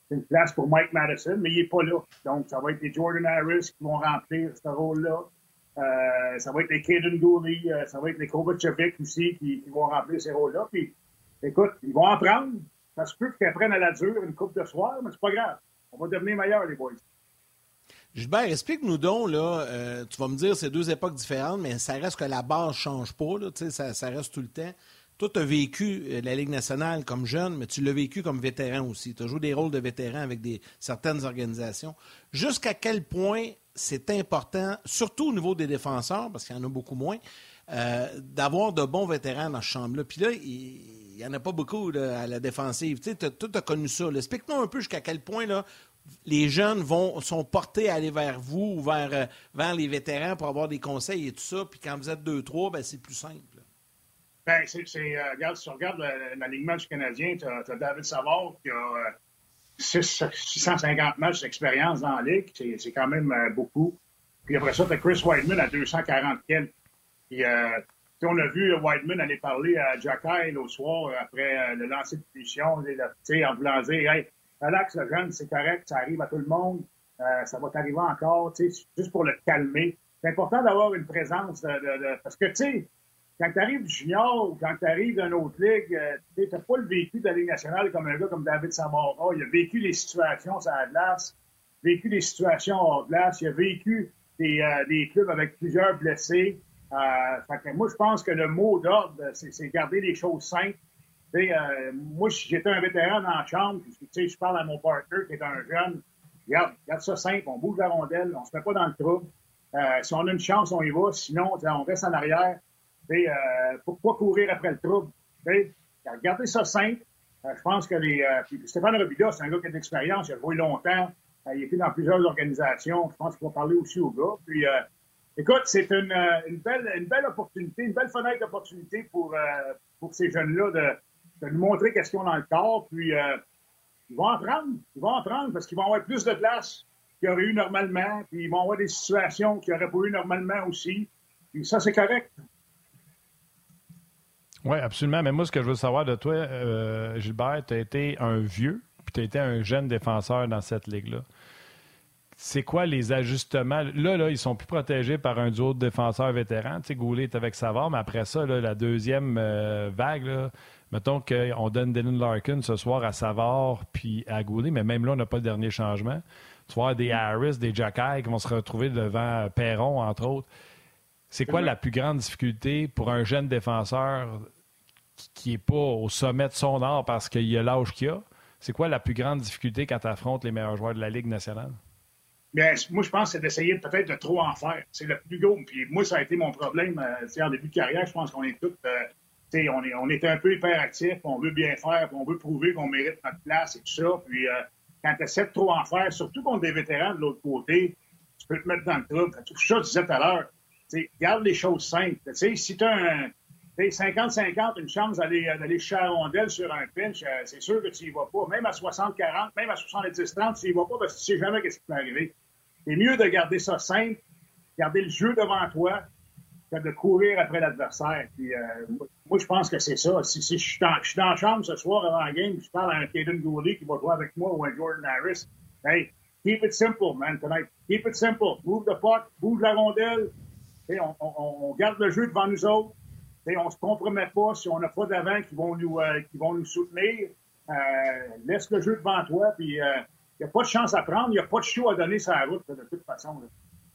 c'est une place pour Mike Madison, mais il n'est pas là. Donc, ça va être les Jordan Harris qui vont remplir ce rôle-là. Euh, ça va être les Caden Gooley, euh, ça va être les Kovacevic aussi qui, qui vont remplir ces rôles-là. Puis, écoute, ils vont en prendre. Ça se peut qu'ils apprennent à la dure une coupe de soir, mais c'est pas grave. On va devenir meilleurs, les boys. Gilbert, explique-nous donc, là, euh, tu vas me dire c'est deux époques différentes, mais ça reste que la base ne change pas, là, ça, ça reste tout le temps. Toi, tu as vécu la Ligue nationale comme jeune, mais tu l'as vécu comme vétéran aussi. Tu as joué des rôles de vétéran avec des, certaines organisations. Jusqu'à quel point c'est important, surtout au niveau des défenseurs, parce qu'il y en a beaucoup moins, euh, d'avoir de bons vétérans dans cette chambre-là. Puis là, il n'y en a pas beaucoup là, à la défensive. Tu sais, tu as connu ça. Explique-nous un peu jusqu'à quel point là, les jeunes vont, sont portés à aller vers vous ou vers, euh, vers les vétérans pour avoir des conseils et tout ça. Puis quand vous êtes deux trois, ben, c'est plus simple. Ben, c'est, c'est, euh, regarde, si tu regardes l'alignement du Canadien, tu as David Savard qui a euh, six cent cinquante matchs d'expérience dans la Ligue. C'est, c'est quand même euh, beaucoup. Puis après ça, tu as Chris Whiteman à deux cent quarante quelques. Puis, euh, on a vu Whiteman aller parler à Jacky l'autre soir après euh, le lancer de punition, en voulant dire hey, relax, le jeune, c'est correct, ça arrive à tout le monde, euh, ça va t'arriver encore, juste pour le calmer. C'est important d'avoir une présence de, de, de, parce que, tu sais, quand tu arrives du junior ou quand tu arrives d'une autre ligue, euh, tu n'as pas le vécu de la Ligue nationale comme un gars comme David Savard. Oh, il a vécu des situations sur la glace, vécu des situations hors glace, il a vécu des, euh, des clubs avec plusieurs blessés. Euh, fait que moi, je pense que le mot d'ordre, c'est, c'est garder les choses simples. Euh, moi, si j'étais un vétéran dans la chambre, puis, je parle à mon partner qui est un jeune, regarde, regarde ça simple, on bouge la rondelle, on se met pas dans le trouble. Euh, si on a une chance, on y va, sinon, on reste en arrière. Euh, pourquoi courir après le trouble? T'sais, regardez ça simple. Euh, je pense que les. Euh, puis Stéphane Robida, c'est un gars qui a de l'expérience, il a joué longtemps, euh, il était dans plusieurs organisations. Je pense qu'il va parler aussi aux gars. Puis, euh, écoute, c'est une, une, belle, une belle opportunité, une belle fenêtre d'opportunité pour, euh, pour ces jeunes-là de, de nous montrer qu'est-ce qu'ils ont dans le corps. Puis, euh, ils vont en prendre. Ils vont en prendre parce qu'ils vont avoir plus de place qu'il y aurait eu normalement. Puis, ils vont avoir des situations qu'il n'y aurait pas eu normalement aussi. Puis, ça, c'est correct. Oui, absolument. Mais moi, ce que je veux savoir de toi, euh, Gilbert, tu as été un vieux, puis tu as été un jeune défenseur dans cette ligue-là. C'est quoi les ajustements? Là, là, ils sont plus protégés par un duo de défenseurs vétérans. Tu sais, Goulet est avec Savard, mais après ça, là, la deuxième euh, vague, là, mettons qu'on donne Dylan Larkin ce soir à Savard puis à Goulet, mais même là, on n'a pas le dernier changement. Tu vas avoir des Harris, des Jacky qui vont se retrouver devant Perron, entre autres. C'est quoi la plus grande difficulté pour un jeune défenseur qui n'est pas au sommet de son art parce qu'il a l'âge qu'il a? C'est quoi la plus grande difficulté quand tu affrontes les meilleurs joueurs de la Ligue nationale? Bien, moi, je pense que c'est d'essayer peut-être de trop en faire. C'est le plus gros. Puis moi, ça a été mon problème. Euh, en début de carrière, je pense qu'on est tous... Euh, on, est, on est un peu hyperactifs, on veut bien faire, on veut prouver qu'on mérite notre place et tout ça. Puis euh, quand tu essaies de trop en faire, surtout contre des vétérans de l'autre côté, tu peux te mettre dans le trouble. Tout ça, je disais tout à l'heure. T'sais, garde les choses simples. T'sais, si tu as un cinquante cinquante, une chance d'aller, d'aller chercher la rondelle sur un pinch, euh, c'est sûr que tu n'y vas pas. Même à soixante quarante, même à soixante-dix trente, tu n'y vas pas parce que tu ne sais jamais ce qui peut arriver. C'est mieux de garder ça simple, garder le jeu devant toi, que de courir après l'adversaire. Puis, euh, moi, je pense que c'est ça. Si, si je, suis dans, je suis dans la chambre ce soir avant la game, je parle à un Caden Gooley qui va jouer avec moi ou un Jordan Harris. Hey, keep it simple, man, tonight. Keep it simple. Move the puck, bouge la rondelle. On, on, on garde le jeu devant nous autres. T'sais, on ne se compromet pas si on n'a pas d'avant qui vont nous, euh, qui vont nous soutenir. Euh, laisse le jeu devant toi. Puis il euh, n'y a pas de chance à prendre. Il n'y a pas de show à donner sur la route, là, de toute façon. Là.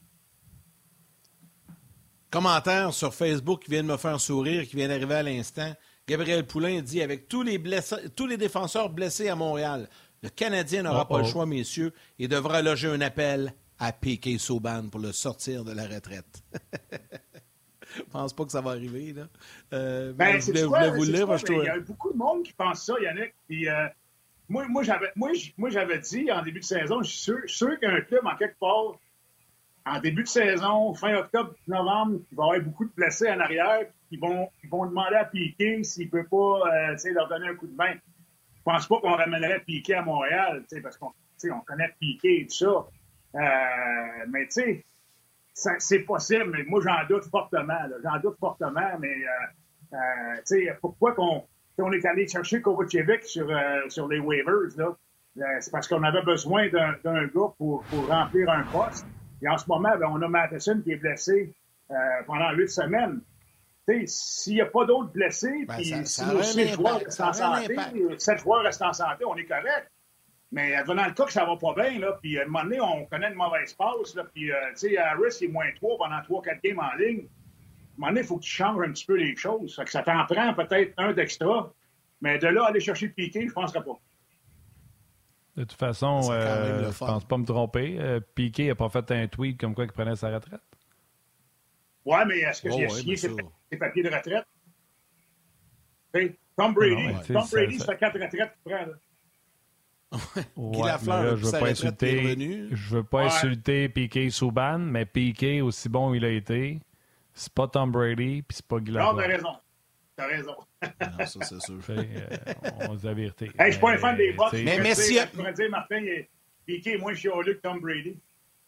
Commentaire sur Facebook qui vient de me faire sourire, qui vient d'arriver à l'instant. Gabriel Poulain dit « Avec tous les, blessés, tous les défenseurs blessés à Montréal, le Canadien n'aura oh, pas oh. le choix, messieurs, et devra loger un appel à Piquet Sauban pour le sortir de la retraite. » Je pense pas que ça va arriver, là. Euh, ben, je voulais, voulais vous le dire. Quoi, il y a beaucoup de monde qui pense ça, Yannick. Puis, euh, moi, moi, j'avais, moi, moi, j'avais dit en début de saison, je suis sûr, sûr qu'un club, en quelque part, en début de saison, fin octobre, novembre, il va y avoir beaucoup de blessés en arrière, qui vont, qui vont demander à Piquet s'il peut pas euh, leur donner un coup de main. Je pense pas qu'on ramènerait Piquet à Montréal, parce qu'on on connaît Piquet et tout ça. Euh, mais tu sais, Ça, c'est possible, mais moi, j'en doute fortement. Là. J'en doute fortement, mais euh, euh, tu sais, pourquoi qu'on on est allé chercher Kovacevic sur, euh, sur les waivers, là? c'est parce qu'on avait besoin d'un, d'un gars pour, pour remplir un poste. Et en ce moment, ben, on a Matheson qui est blessé euh, pendant huit semaines. T'sais, s'il n'y a pas d'autres blessés, ben, puis ça, si ça nos six joueurs impact, restent en santé, sept joueurs restent en santé, on est correct. Mais advenant le cas que ça va pas bien, là, puis à un moment donné, on connaît une mauvaise passe, là, puis euh, tu sais, Harris il est moins trois pendant trois quatre games en ligne. À un moment donné, il faut que tu changes un petit peu les choses. Fait que ça t'en prend peut-être un d'extra, mais de là, aller chercher Piqué, je ne penserais pas. De toute façon, euh, je ne pense pas me tromper. Euh, Piqué n'a pas fait un tweet comme quoi il prenait sa retraite. Oui, mais est-ce que oh, j'ai ouais, signé ses, ça... ses papiers de retraite? T'sais, Tom Brady, non, Tom ça, Brady, ça fait quatre retraites qu'il prend. Là. Ouais, Guy Lafleur, là, je veux pas insulter, je veux pas ouais. insulter Piqué Souban, mais Piqué, aussi bon il a été, c'est pas Tom Brady, puis c'est pas Guy Lafleur. Non, t'as raison. T'as raison. Non, ça, c'est sûr. euh, on se dit la vérité. Hey, je suis pas un fan des Bucs. Mais, mais, mais si... Je pourrais dire, Martin, Piqué est moins chialeux que Tom Brady.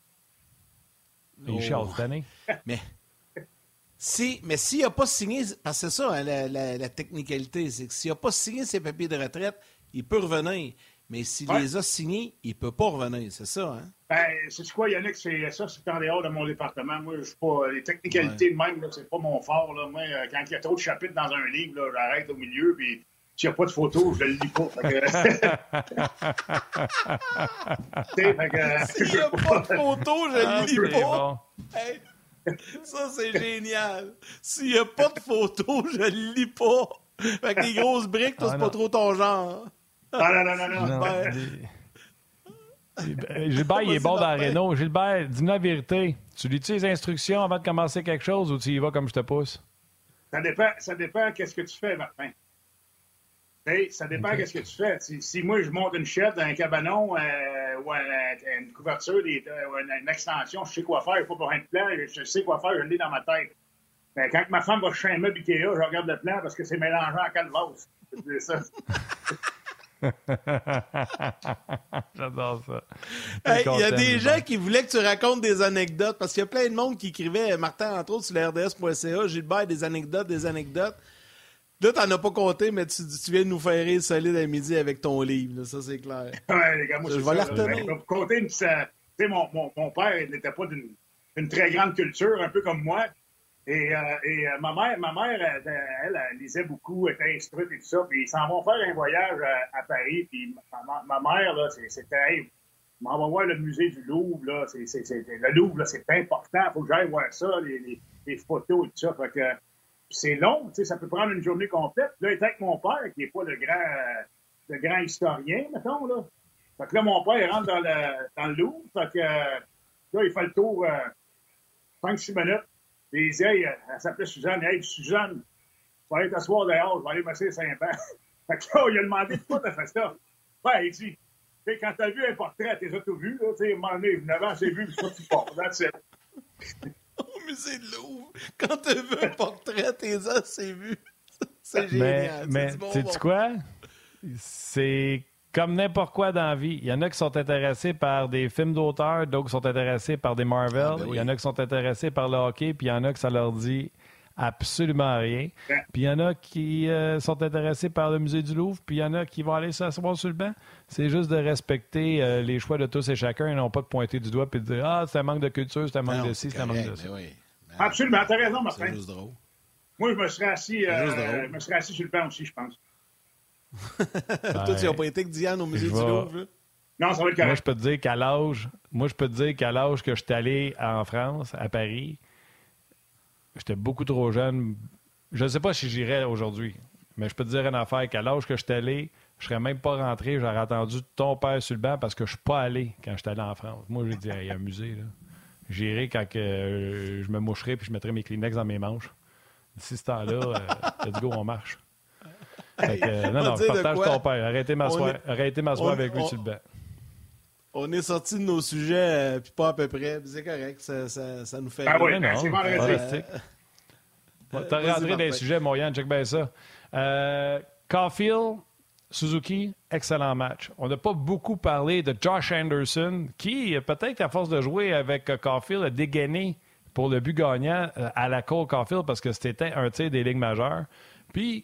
Il oh. chiale cette année. Mais... Si, mais s'il n'a pas signé, parce que c'est ça, hein, la, la, la technicalité, c'est que s'il n'a pas signé ses papiers de retraite, il peut revenir. Mais s'il ouais. les a signés, il ne peut pas revenir, c'est ça, hein? Ben, c'est quoi, Yannick, c'est ça, c'est en dehors de mon département. Moi, je suis pas. Les technicalités ouais. de même, là, c'est pas mon fort. Là. Moi, quand il y a trop de chapitres dans un livre, là, j'arrête au milieu, puis s'il n'y a pas de photo, je ne le lis pas. S'il n'y a pas de photo, je ne le lis pas. Hey. Ça, c'est génial. S'il n'y a pas de photo, je ne lis pas. Fait que les grosses briques, toi, ah, c'est non. pas trop ton genre. Ah non, non, non, non. non ben... Gilbert, il est bon dans Renault. Gilbert, dis-moi la vérité. Tu lis-tu les instructions avant de commencer quelque chose ou tu y vas comme je te pousse? Ça dépend, ça dépend qu'est-ce que tu fais, Martin. Hey, ça dépend okay. qu'est-ce que tu fais. Si, si moi, je monte une chette, un cabanon euh, ou une, une couverture, des, ou une, une extension, je sais quoi faire. Il faut pas un plan. Je sais quoi faire, je l'ai dans ma tête. Mais quand ma femme va chercher un meuble Ikea, je regarde le plan parce que c'est mélangeant en calvasse. C'est ça. J'adore ça. Il hey, y a des gens qui voulaient que tu racontes des anecdotes parce qu'il y a plein de monde qui écrivait, Martin, entre autres, sur le R D S point C A, Gilbert, des anecdotes, des anecdotes. Là, t'en as pas compté, mais tu, tu viens de nous faire rire solide à midi avec ton livre. Là, ça, c'est clair. Ouais, les gars, moi, je vais la retenir. Pour compter, une, ça, mon, mon, mon père il n'était pas d'une une très grande culture, un peu comme moi. Et, euh, et euh, ma mère, ma mère elle, elle, elle lisait beaucoup, elle était instruite et tout ça. Puis ils s'en vont faire un voyage à, à Paris. Puis ma, ma mère, là, c'était... Hey, m'en va voir le musée du Louvre. Là, c'est, c'est, c'est, le Louvre, là, c'est important. Il faut que j'aille voir ça, les, les, les photos et tout ça. Fait que... c'est long, tu sais, ça peut prendre une journée complète. Là, il était avec mon père, qui n'est pas le grand, euh, le grand historien, mettons, là. Fait que là, mon père, il rentre dans le, dans le Louvre. Fait que, euh, là, il fait le tour euh, cinq six minutes. Et il dit, hey, elle s'appelait Suzanne. Hey, Suzanne, tu vas aller t'asseoir dehors, je vais aller masser Saint-Pan. Fait que là, il a demandé pourquoi t'as fait ça. Ouais, il dit, tu sais, quand t'as vu un portrait, t'es tout vu, là, tu sais, à un moment donné, neuf ans, c'est vu, puis ça, tu pars. That's it. Au musée de Louvre, quand t'as vu un portrait, tes ans, c'est vu. C'est génial. Mais, mais sais-tu bon. quoi? C'est comme n'importe quoi dans la vie. Il y en a qui sont intéressés par des films d'auteur, d'autres qui sont intéressés par des Marvel. Ah ben oui. Il y en a qui sont intéressés par le hockey, puis il y en a qui ça leur dit absolument rien. Ouais. Puis il y en a qui euh, sont intéressés par le musée du Louvre, puis il y en a qui vont aller s'asseoir sur le banc. C'est juste de respecter euh, les choix de tous et chacun et non pas de pointer du doigt et de dire « Ah, c'est un manque de culture, c'est un manque non, de ci, c'est un manque de ça. » oui. Absolument, t'as raison, Martin. C'est juste drôle. Moi, je me serais assis, euh, je me serais assis sur le banc aussi, je pense. Ben, toi, tu n'as pas été avec Diane au musée du Louvre? Là? Non, ça va être correct. Moi, je peux te dire qu'à l'âge, moi, je peux te dire qu'à l'âge que je suis allé en France, à Paris, j'étais beaucoup trop jeune. Je ne sais pas si j'irais aujourd'hui, mais je peux te dire une affaire qu'à l'âge que je suis allé, je ne serais même pas rentré, j'aurais attendu ton père sur le banc parce que je ne suis pas allé quand j'étais allé en France. Moi, j'ai dit, il y a un musée, là. J'irai quand que, euh, je me moucherai puis je mettrai mes Kleenex dans mes manches. D'ici ce temps-là, euh, let's go, on marche. Fait que, euh, non, non, je partage ton père. Arrêtez de m'asseoir, est... Arrêtez m'asseoir avec lui on... sur le banc. On est sorti de nos sujets, euh, puis pas à peu près. C'est correct, ça, ça, ça nous fait... Ah oui, non, c'est fantastique. Euh... T'as rentré dans les sujets, Moyen, check bien ça. Euh, Caulfield, Suzuki, excellent match. On n'a pas beaucoup parlé de Josh Anderson, qui, peut-être à force de jouer avec Caulfield, a dégainé pour le but gagnant à la Cole Caulfield parce que c'était un tir des ligues majeures. Puis, ouais.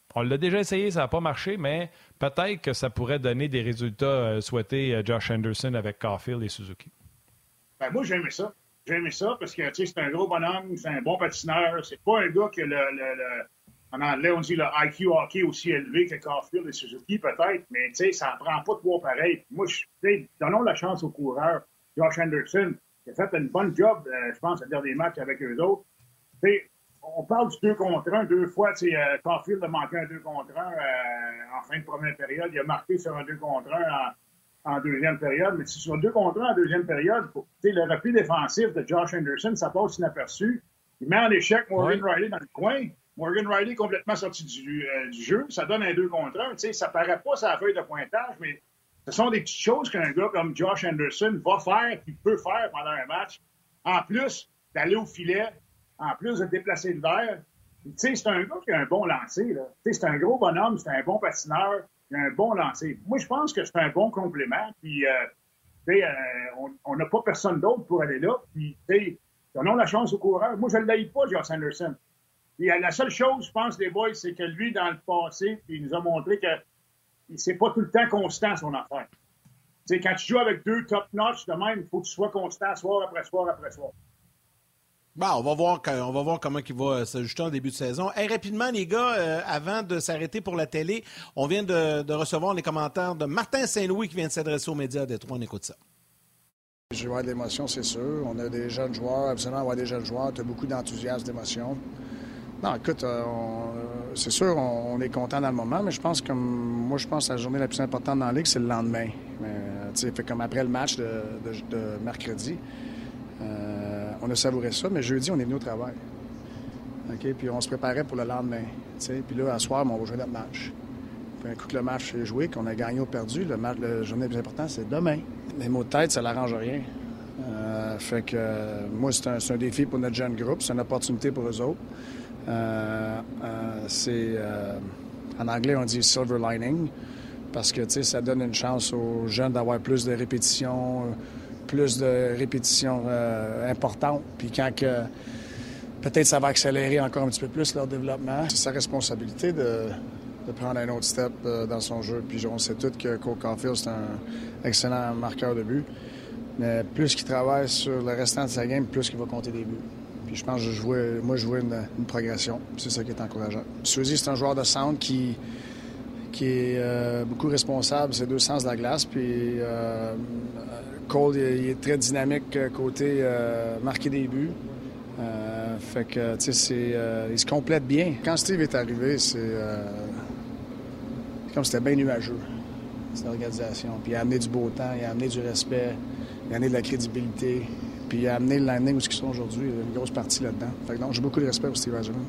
on l'a déjà essayé, ça n'a pas marché, mais peut-être que ça pourrait donner des résultats euh, souhaités à Josh Anderson avec Caulfield et Suzuki. Ben, moi, j'ai aimé ça. J'ai aimé ça parce que c'est un gros bonhomme, c'est un bon patineur. C'est pas un gars qui a le, le, le, en anglais, on dit le I Q hockey aussi élevé que Caulfield et Suzuki, peut-être, mais ça ne prend pas de poids pareil. Moi, je, donnons la chance aux coureurs. Josh Anderson, il a fait une bonne job, euh, je pense, à dernier match avec eux autres. T'sais, on parle du deux contre un, deux fois. Euh, Caulfield a manqué un deux contre un euh, en fin de première période. Il a marqué sur un deux contre un en, en deuxième période. Mais sur un deux contre un en deuxième période, le repli défensif de Josh Anderson, ça passe inaperçu. Il met en échec Morgan oui. Riley dans le coin. Morgan Riley complètement sorti du, euh, du jeu. Ça donne un deux contre un. Ça ne paraît pas sur la feuille de pointage, mais ce sont des petites choses qu'un gars comme Josh Anderson va faire, qu'il peut faire pendant un match. En plus d'aller au filet, en plus de déplacer le verre. C'est un gars qui a un bon lancer. C'est un gros bonhomme, c'est un bon patineur, il a un bon lancer. Moi, je pense que c'est un bon complément. Puis, euh, euh, on n'a pas personne d'autre pour aller là. Puis, donnons la chance au coureur. Moi, je ne l'haïs pas, Josh Anderson. Puis, la seule chose, je pense, les boys, c'est que lui, dans le passé, il nous a montré que c'est pas tout le temps constant, son affaire. T'sais, quand tu joues avec deux top-notch de même, il faut que tu sois constant soir après soir après soir. Bon, on va voir, on va voir comment il va s'ajuster en début de saison. Hey, rapidement, les gars, euh, avant de s'arrêter pour la télé, on vient de, de recevoir les commentaires de Martin Saint-Louis qui vient de s'adresser aux médias à Détroit. On écoute ça. Je vais avoir de l'émotion, c'est sûr. On a des jeunes joueurs, absolument avoir des jeunes joueurs. Tu as beaucoup d'enthousiasme, d'émotion. Non, écoute, euh, on, c'est sûr, on, on est content dans le moment, mais je pense que moi, je pense que la journée la plus importante dans la Ligue, c'est le lendemain. Mais, tu sais, fait comme après le match de, de, de mercredi, euh, on a savouré ça, mais jeudi, on est venu au travail. OK? Puis on se préparait pour le lendemain. T'sais? Puis là, à soir, on va jouer notre match. Puis un coup que le match est joué, qu'on a gagné ou perdu, le match, la journée la plus importante, c'est demain. Les mots de tête, ça l'arrange rien. Euh, fait que euh, moi, c'est un, c'est un défi pour notre jeune groupe, c'est une opportunité pour eux autres. Euh, euh, c'est euh, en anglais on dit silver lining parce que tu sais ça donne une chance aux jeunes d'avoir plus de répétitions, plus de répétitions euh, importantes. Puis quand que peut-être ça va accélérer encore un petit peu plus leur développement, c'est sa responsabilité de, de prendre un autre step euh, dans son jeu. Puis on sait tous que Cole Caulfield c'est un excellent marqueur de but, mais plus qu'il travaille sur le restant de sa game, plus qu'il va compter des buts. Puis je pense que je jouais, moi, je jouais une, une progression. C'est ça qui est encourageant. Suzy, c'est un joueur de centre qui, qui est euh, beaucoup responsable de ses deux sens de la glace. Puis euh, Cole, il, il est très dynamique côté euh, marquer des buts. Euh, fait que, tu sais, c'est, euh, il se complète bien. Quand Steve est arrivé, c'est, euh, c'est comme c'était bien nuageux, cette organisation. Puis il a amené du beau temps, il a amené du respect, il a amené de la crédibilité. Puis il a amené le landing où ils sont aujourd'hui, une grosse partie là-dedans. Fait que donc, j'ai beaucoup de respect pour Steve Yzerman.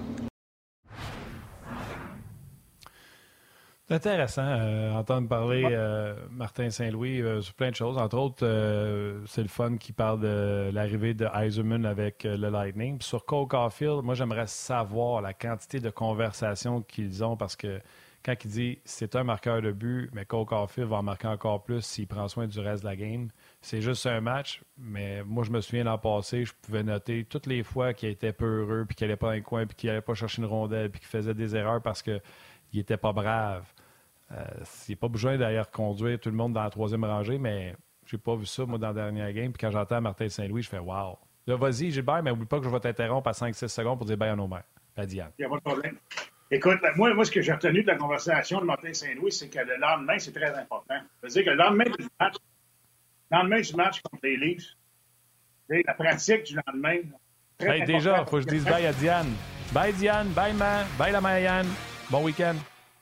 C'est intéressant euh, entendre parler euh, Martin Saint-Louis euh, sur plein de choses. Entre autres, euh, c'est le fun qui parle de l'arrivée de Yzerman avec euh, le Lightning. Puis sur Cole Caulfield, moi, j'aimerais savoir la quantité de conversations qu'ils ont parce que quand il dit c'est un marqueur de but, mais Cole Caulfield va en marquer encore plus s'il prend soin du reste de la game. C'est juste un match, mais moi, je me souviens l'an passé, je pouvais noter toutes les fois qu'il était peureux, puis qu'il n'allait pas dans le coin, puis qu'il n'allait pas chercher une rondelle, puis qu'il faisait des erreurs parce qu'il n'était pas brave. Euh, il n'est pas besoin d'ailleurs conduire tout le monde dans la troisième rangée, mais j'ai pas vu ça, moi, dans la dernière game. Puis quand j'entends Martin Saint-Louis, je fais « wow ». Là, vas-y, Gilbert, mais oublie pas que je vais t'interrompre à cinq six secondes pour dire « bye à nos mères ». À Diane. Il n'y a pas de problème. Écoute, moi, moi, ce que j'ai retenu de la conversation de Martin Saint-Louis, c'est que le lendemain, c'est très important. Ça veut dire que le lendemain du match, le lendemain du match contre les Leafs, la pratique du lendemain. Hey, déjà, il faut que je dise bye à Diane. Bye Diane, bye Ma, bye la Marianne. Bon week-end.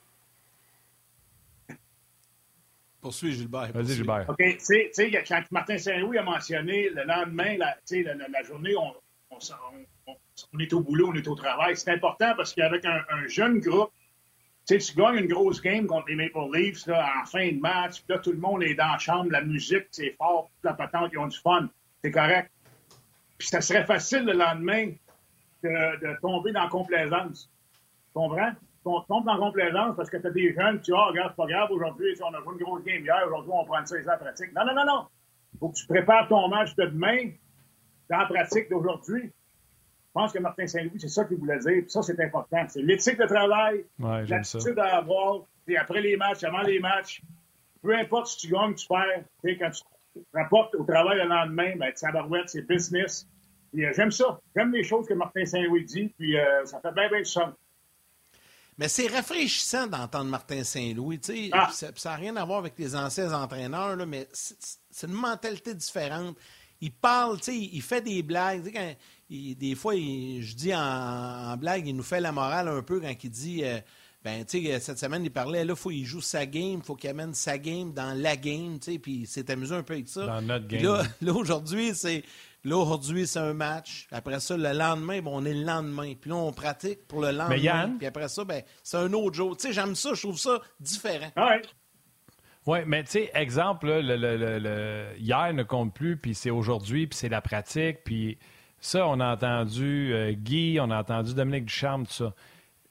Poursuis, Gilbert. Vas-y, Gilbert. OK, tu sais, quand Martin Saint-Louis a mentionné le lendemain, la, la, la, la journée, on, on, on, on est au boulot, on est au travail. C'est important parce qu'avec un, un jeune groupe, tu sais, tu gagnes une grosse game contre les Maple Leafs là, en fin de match. Là, tout le monde est dans la chambre, la musique, c'est fort, toute la patente, ils ont du fun. C'est correct. Puis ça serait facile le lendemain de, de tomber dans la complaisance. Tu comprends? On tombe dans la complaisance parce que tu as des jeunes, tu dis, ah, oh, regarde, c'est pas grave, aujourd'hui, on a joué une grosse game hier, aujourd'hui, on prend ça en pratique. Non, non, non, non. Il faut que tu prépares ton match de demain dans la pratique d'aujourd'hui. Tu pense que Martin Saint-Louis, c'est ça qu'il voulait dire. Puis ça, c'est important. C'est l'éthique de travail, ouais, l'attitude à avoir. Et après les matchs, avant les matchs, peu importe si tu gagnes, tu perds. T'sais, quand tu rapportes au travail le lendemain, ben, tabarouette, c'est business. Puis, euh, j'aime ça. J'aime les choses que Martin Saint-Louis dit. Puis euh, ça fait bien, bien de sens. Mais c'est rafraîchissant d'entendre Martin Saint-Louis. Ah. Ça n'a rien à voir avec les anciens entraîneurs, là, mais c'est, c'est une mentalité différente. Il parle, il fait des blagues. Quand il, des fois, il, je dis en, en blague, il nous fait la morale un peu quand il dit euh, ben, tu sais, cette semaine, il parlait, là, il faut qu'il joue sa game, il faut qu'il amène sa game dans la game, tu sais, puis il s'est amusé un peu avec ça. Dans notre game. Là, là, aujourd'hui, c'est... Là, aujourd'hui, c'est un match. Après ça, le lendemain, ben, on est le lendemain. Puis là, on pratique pour le lendemain. Mais Yann... Puis après ça, ben, c'est un autre jour. Tu sais, j'aime ça. Je trouve ça différent. Ouais. Oui, mais tu sais, exemple, là, le, le, le, le... hier ne compte plus, puis c'est aujourd'hui, puis c'est la pratique. Puis ça, on a entendu euh, Guy, on a entendu Dominique Ducharme, tout ça.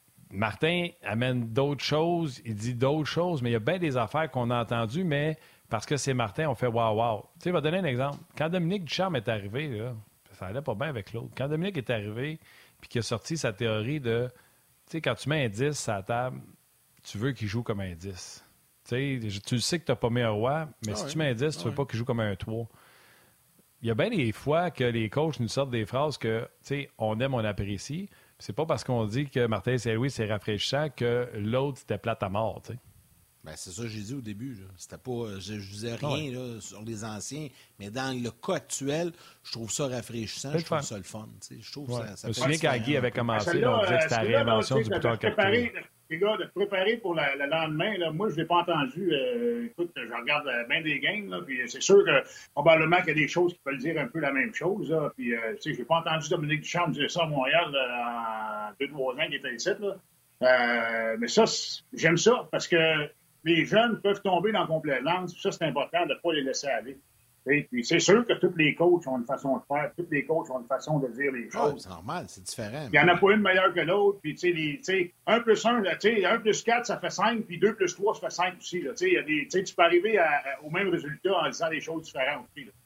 Martin amène d'autres choses, il dit d'autres choses, mais il y a bien des affaires qu'on a entendues, mais... Parce que c'est Martin, on fait « wow, wow ». Tu sais, je vais donner un exemple. Quand Dominique Ducharme est arrivé, là, ça allait pas bien avec l'autre. Quand Dominique est arrivé puis qu'il a sorti sa théorie de, tu sais, quand tu mets un dix à la table, tu veux qu'il joue comme un dix. Tu sais, tu sais que tu n'as pas mis un roi, mais ah si ouais. tu mets un dix, tu ne ah veux ouais. pas qu'il joue comme un trois. Il y a bien des fois que les coachs nous sortent des phrases que, tu sais, on aime, on apprécie. C'est pas parce qu'on dit que Martin Saint-Louis, c'est rafraîchissant que l'autre, c'était plate à mort, tu sais. Ben, c'est ça que j'ai dit au début. Là. C'était pas, je ne disais rien là, sur les anciens, mais dans le cas actuel, je trouve ça rafraîchissant, je trouve ça le fun. Je trouve ouais. ça, ça je me souviens quand Guy avait commencé, là, on disait que c'était la réinvention du bouton capture. Les gars, de te préparer pour la, le lendemain, là, moi, je ne l'ai pas entendu. Euh, écoute, je regarde bien des games, là, puis c'est sûr que probablement qu'il y a des choses qui peuvent dire un peu la même chose. Là, puis, euh, tu sais, je n'ai pas entendu Dominique Ducharme dire ça à Montréal là, en deux trois ans qu'il était ici. Là. Euh, mais ça, j'aime ça parce que les jeunes peuvent tomber dans complaisance. Ça, c'est important de ne pas les laisser aller. Et puis, c'est sûr que tous les coachs ont une façon de faire. Tous les coachs ont une façon de dire les choses. Oh, c'est normal, c'est différent. Il n'y en a pas une meilleure que l'autre. Puis, tu sais, un plus un, un plus quatre, ça fait cinq. Puis deux plus trois, ça fait cinq aussi. Là. Y a des, tu peux arriver à, à, au même résultat en disant des choses différentes aussi. Là.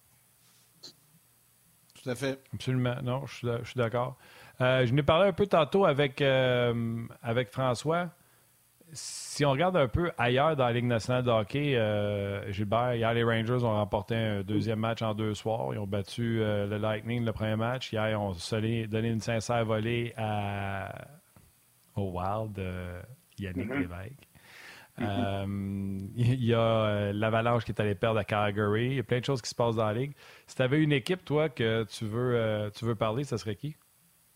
Tout à fait. Absolument. Non, je suis, je suis d'accord. Euh, je n'ai parlé un peu tantôt avec, euh, avec François. Si on regarde un peu ailleurs dans la Ligue nationale de hockey, euh, Gilbert, hier, les Rangers ont remporté un deuxième match en deux soirs. Ils ont battu euh, le Lightning le premier match. Hier, ils ont donné une sincère volée à... au Wild de Yannick mm-hmm. Lévesque. Mm-hmm. Euh, il y a euh, l'Avalanche qui est allé perdre à Calgary. Il y a plein de choses qui se passent dans la Ligue. Si tu avais une équipe, toi, que tu veux, euh, tu veux parler, ça serait qui?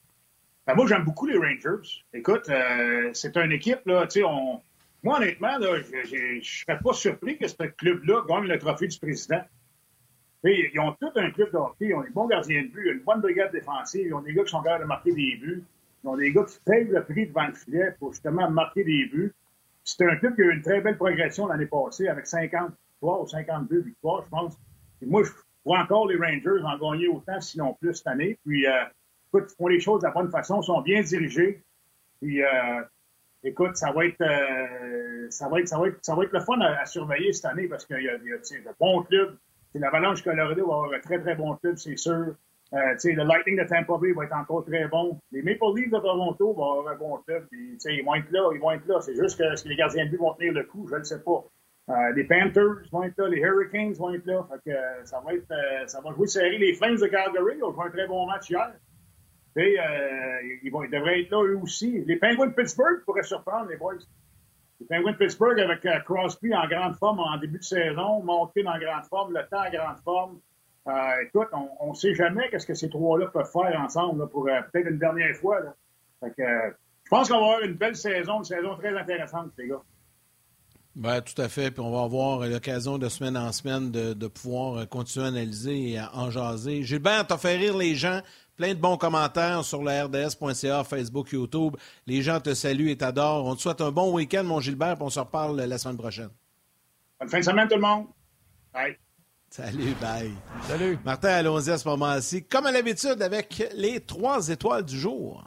Ben moi, j'aime beaucoup les Rangers. Écoute, euh, c'est une équipe, là, tu sais, on... moi, honnêtement, là, je ne serais pas surpris que ce club-là gagne le trophée du président. T'sais, ils ont tout un club de hockey, ils ont des bons gardiens de but, ils ont une bonne brigade défensive, ils ont des gars qui sont capables de marquer des buts, ils ont des gars qui payent le prix devant le filet pour justement marquer des buts. C'est un club qui a eu une très belle progression l'année passée avec cinquante victoires ou cinquante-deux victoires, je pense. Et moi, je vois encore les Rangers en gagner autant, sinon plus, cette année. Puis, euh, écoute, ils font les choses de la bonne façon, sont bien dirigés. Puis, euh, écoute, ça va être, euh, ça va être, ça va être, ça va être le fun à, à surveiller cette année parce qu'il y a, il y a de bons clubs. T'sais, l'Avalanche Colorado va avoir un très, très bon club, c'est sûr. Euh, le Lightning de Tampa Bay va être encore très bon. Les Maple Leafs de Toronto vont avoir un bon club. Puis, ils vont être là, ils vont être là. C'est juste que est-ce que les gardiens de but vont tenir le coup, je ne le sais pas. Euh, les Panthers vont être là, les Hurricanes vont être là. Fait que, euh, ça va être, euh, ça va jouer serré. Les Flames de Calgary ont joué un très bon match hier. Et, euh, ils, vont, ils devraient être là eux aussi. Les Penguins de Pittsburgh pourraient surprendre, les boys. Les Penguins de Pittsburgh avec uh, Crosby en grande forme en début de saison, Malkin en grande forme, le temps en grande forme. Euh, écoute, on ne sait jamais qu'est-ce que ces trois-là peuvent faire ensemble là, pour euh, peut-être une dernière fois. Là. Fait que, euh, je pense qu'on va avoir une belle saison, une saison très intéressante, les gars. Oui, tout à fait. Puis on va avoir l'occasion de semaine en semaine de, de pouvoir continuer à analyser et à en jaser. Gilbert, t'as fait rire les gens. Plein de bons commentaires sur le R D S point C A, Facebook, YouTube. Les gens te saluent et t'adorent. On te souhaite un bon week-end, mon Gilbert, puis on se reparle la semaine prochaine. Bonne fin de semaine, tout le monde. Bye. Salut, bye. Salut. Martin, allons-y à ce moment-ci, comme à l'habitude, avec les trois étoiles du jour.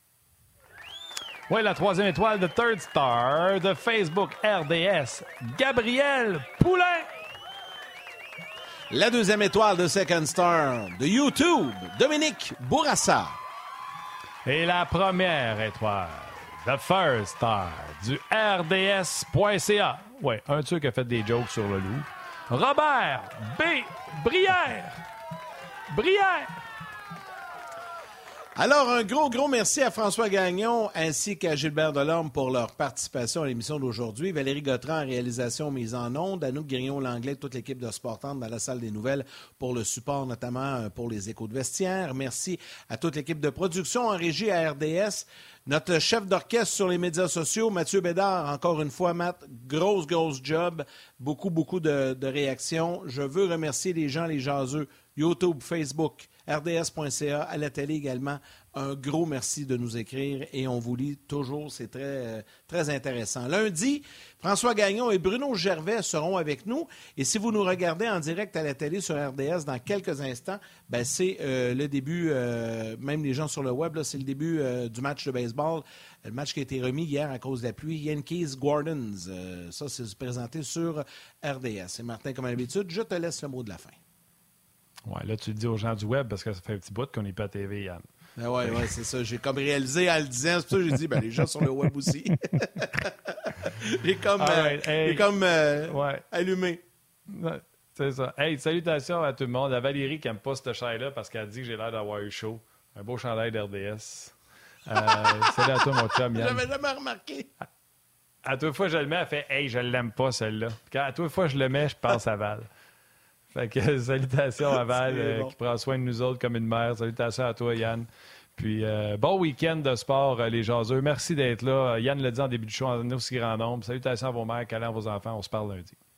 Oui, la troisième étoile de Third Star de Facebook R D S, Gabriel Poulain. La deuxième étoile de Second Star de YouTube, Dominique Bourassa. Et la première étoile, the first star du R D S point C A. Oui, un de ceux qui a fait des jokes sur le loup. Robert B. Brière. Brière. Alors, un gros, gros merci à François Gagnon ainsi qu'à Gilbert Delorme pour leur participation à l'émission d'aujourd'hui. Valérie Gautran en réalisation mise en onde. Anouk Grignon-Langlais, toute l'équipe de Sportante dans la salle des nouvelles pour le support, notamment pour les échos de vestiaire. Merci à toute l'équipe de production en régie à R D S. Notre chef d'orchestre sur les médias sociaux, Mathieu Bédard, encore une fois, Matt, grosse, grosse job. Beaucoup, beaucoup de, de réactions. Je veux remercier les gens, les jaseux, YouTube, Facebook, R D S point C A, à la télé également. Un gros merci de nous écrire et on vous lit toujours. C'est très, très intéressant. Lundi, François Gagnon et Bruno Gervais seront avec nous. Et si vous nous regardez en direct à la télé sur R D S dans quelques instants, ben c'est euh, le début, euh, même les gens sur le web, là, c'est le début euh, du match de baseball. Le match qui a été remis hier à cause de la pluie. Yankees-Guardians. Euh, ça, c'est présenté sur R D S. Et Martin, comme à l'habitude, je te laisse le mot de la fin. Oui, là, tu le dis aux gens du web parce que ça fait un petit bout qu'on n'est pas à T V, Yann. Ben oui, ouais, c'est ça. J'ai comme réalisé en le disant, c'est pour ça que j'ai dit, ben, les gens sur le web aussi. j'ai comme, right, euh, hey, j'ai comme euh, ouais. allumé. Ouais, c'est ça. Hey, salutations à tout le monde. À Valérie qui n'aime pas ce chandail-là parce qu'elle dit que j'ai l'air d'avoir eu chaud. Un beau chandail d'R D S. Euh, salut à toi, mon chum, Yann. J'avais jamais remarqué. À, à toute fois que je le mets, elle fait « Hey, je l'aime pas, celle-là. » Quand à toute fois que je le mets, je pense à Val. Fait que salutations à Val euh, bon. qui prend soin de nous autres comme une mère. Salutations à toi, Yann. Puis euh, bon week-end de sport, euh, les jaseux. Merci d'être là. Yann l'a dit en début du show en aussi grand nombre. Salutations à vos mères, câlins à vos enfants. On se parle lundi.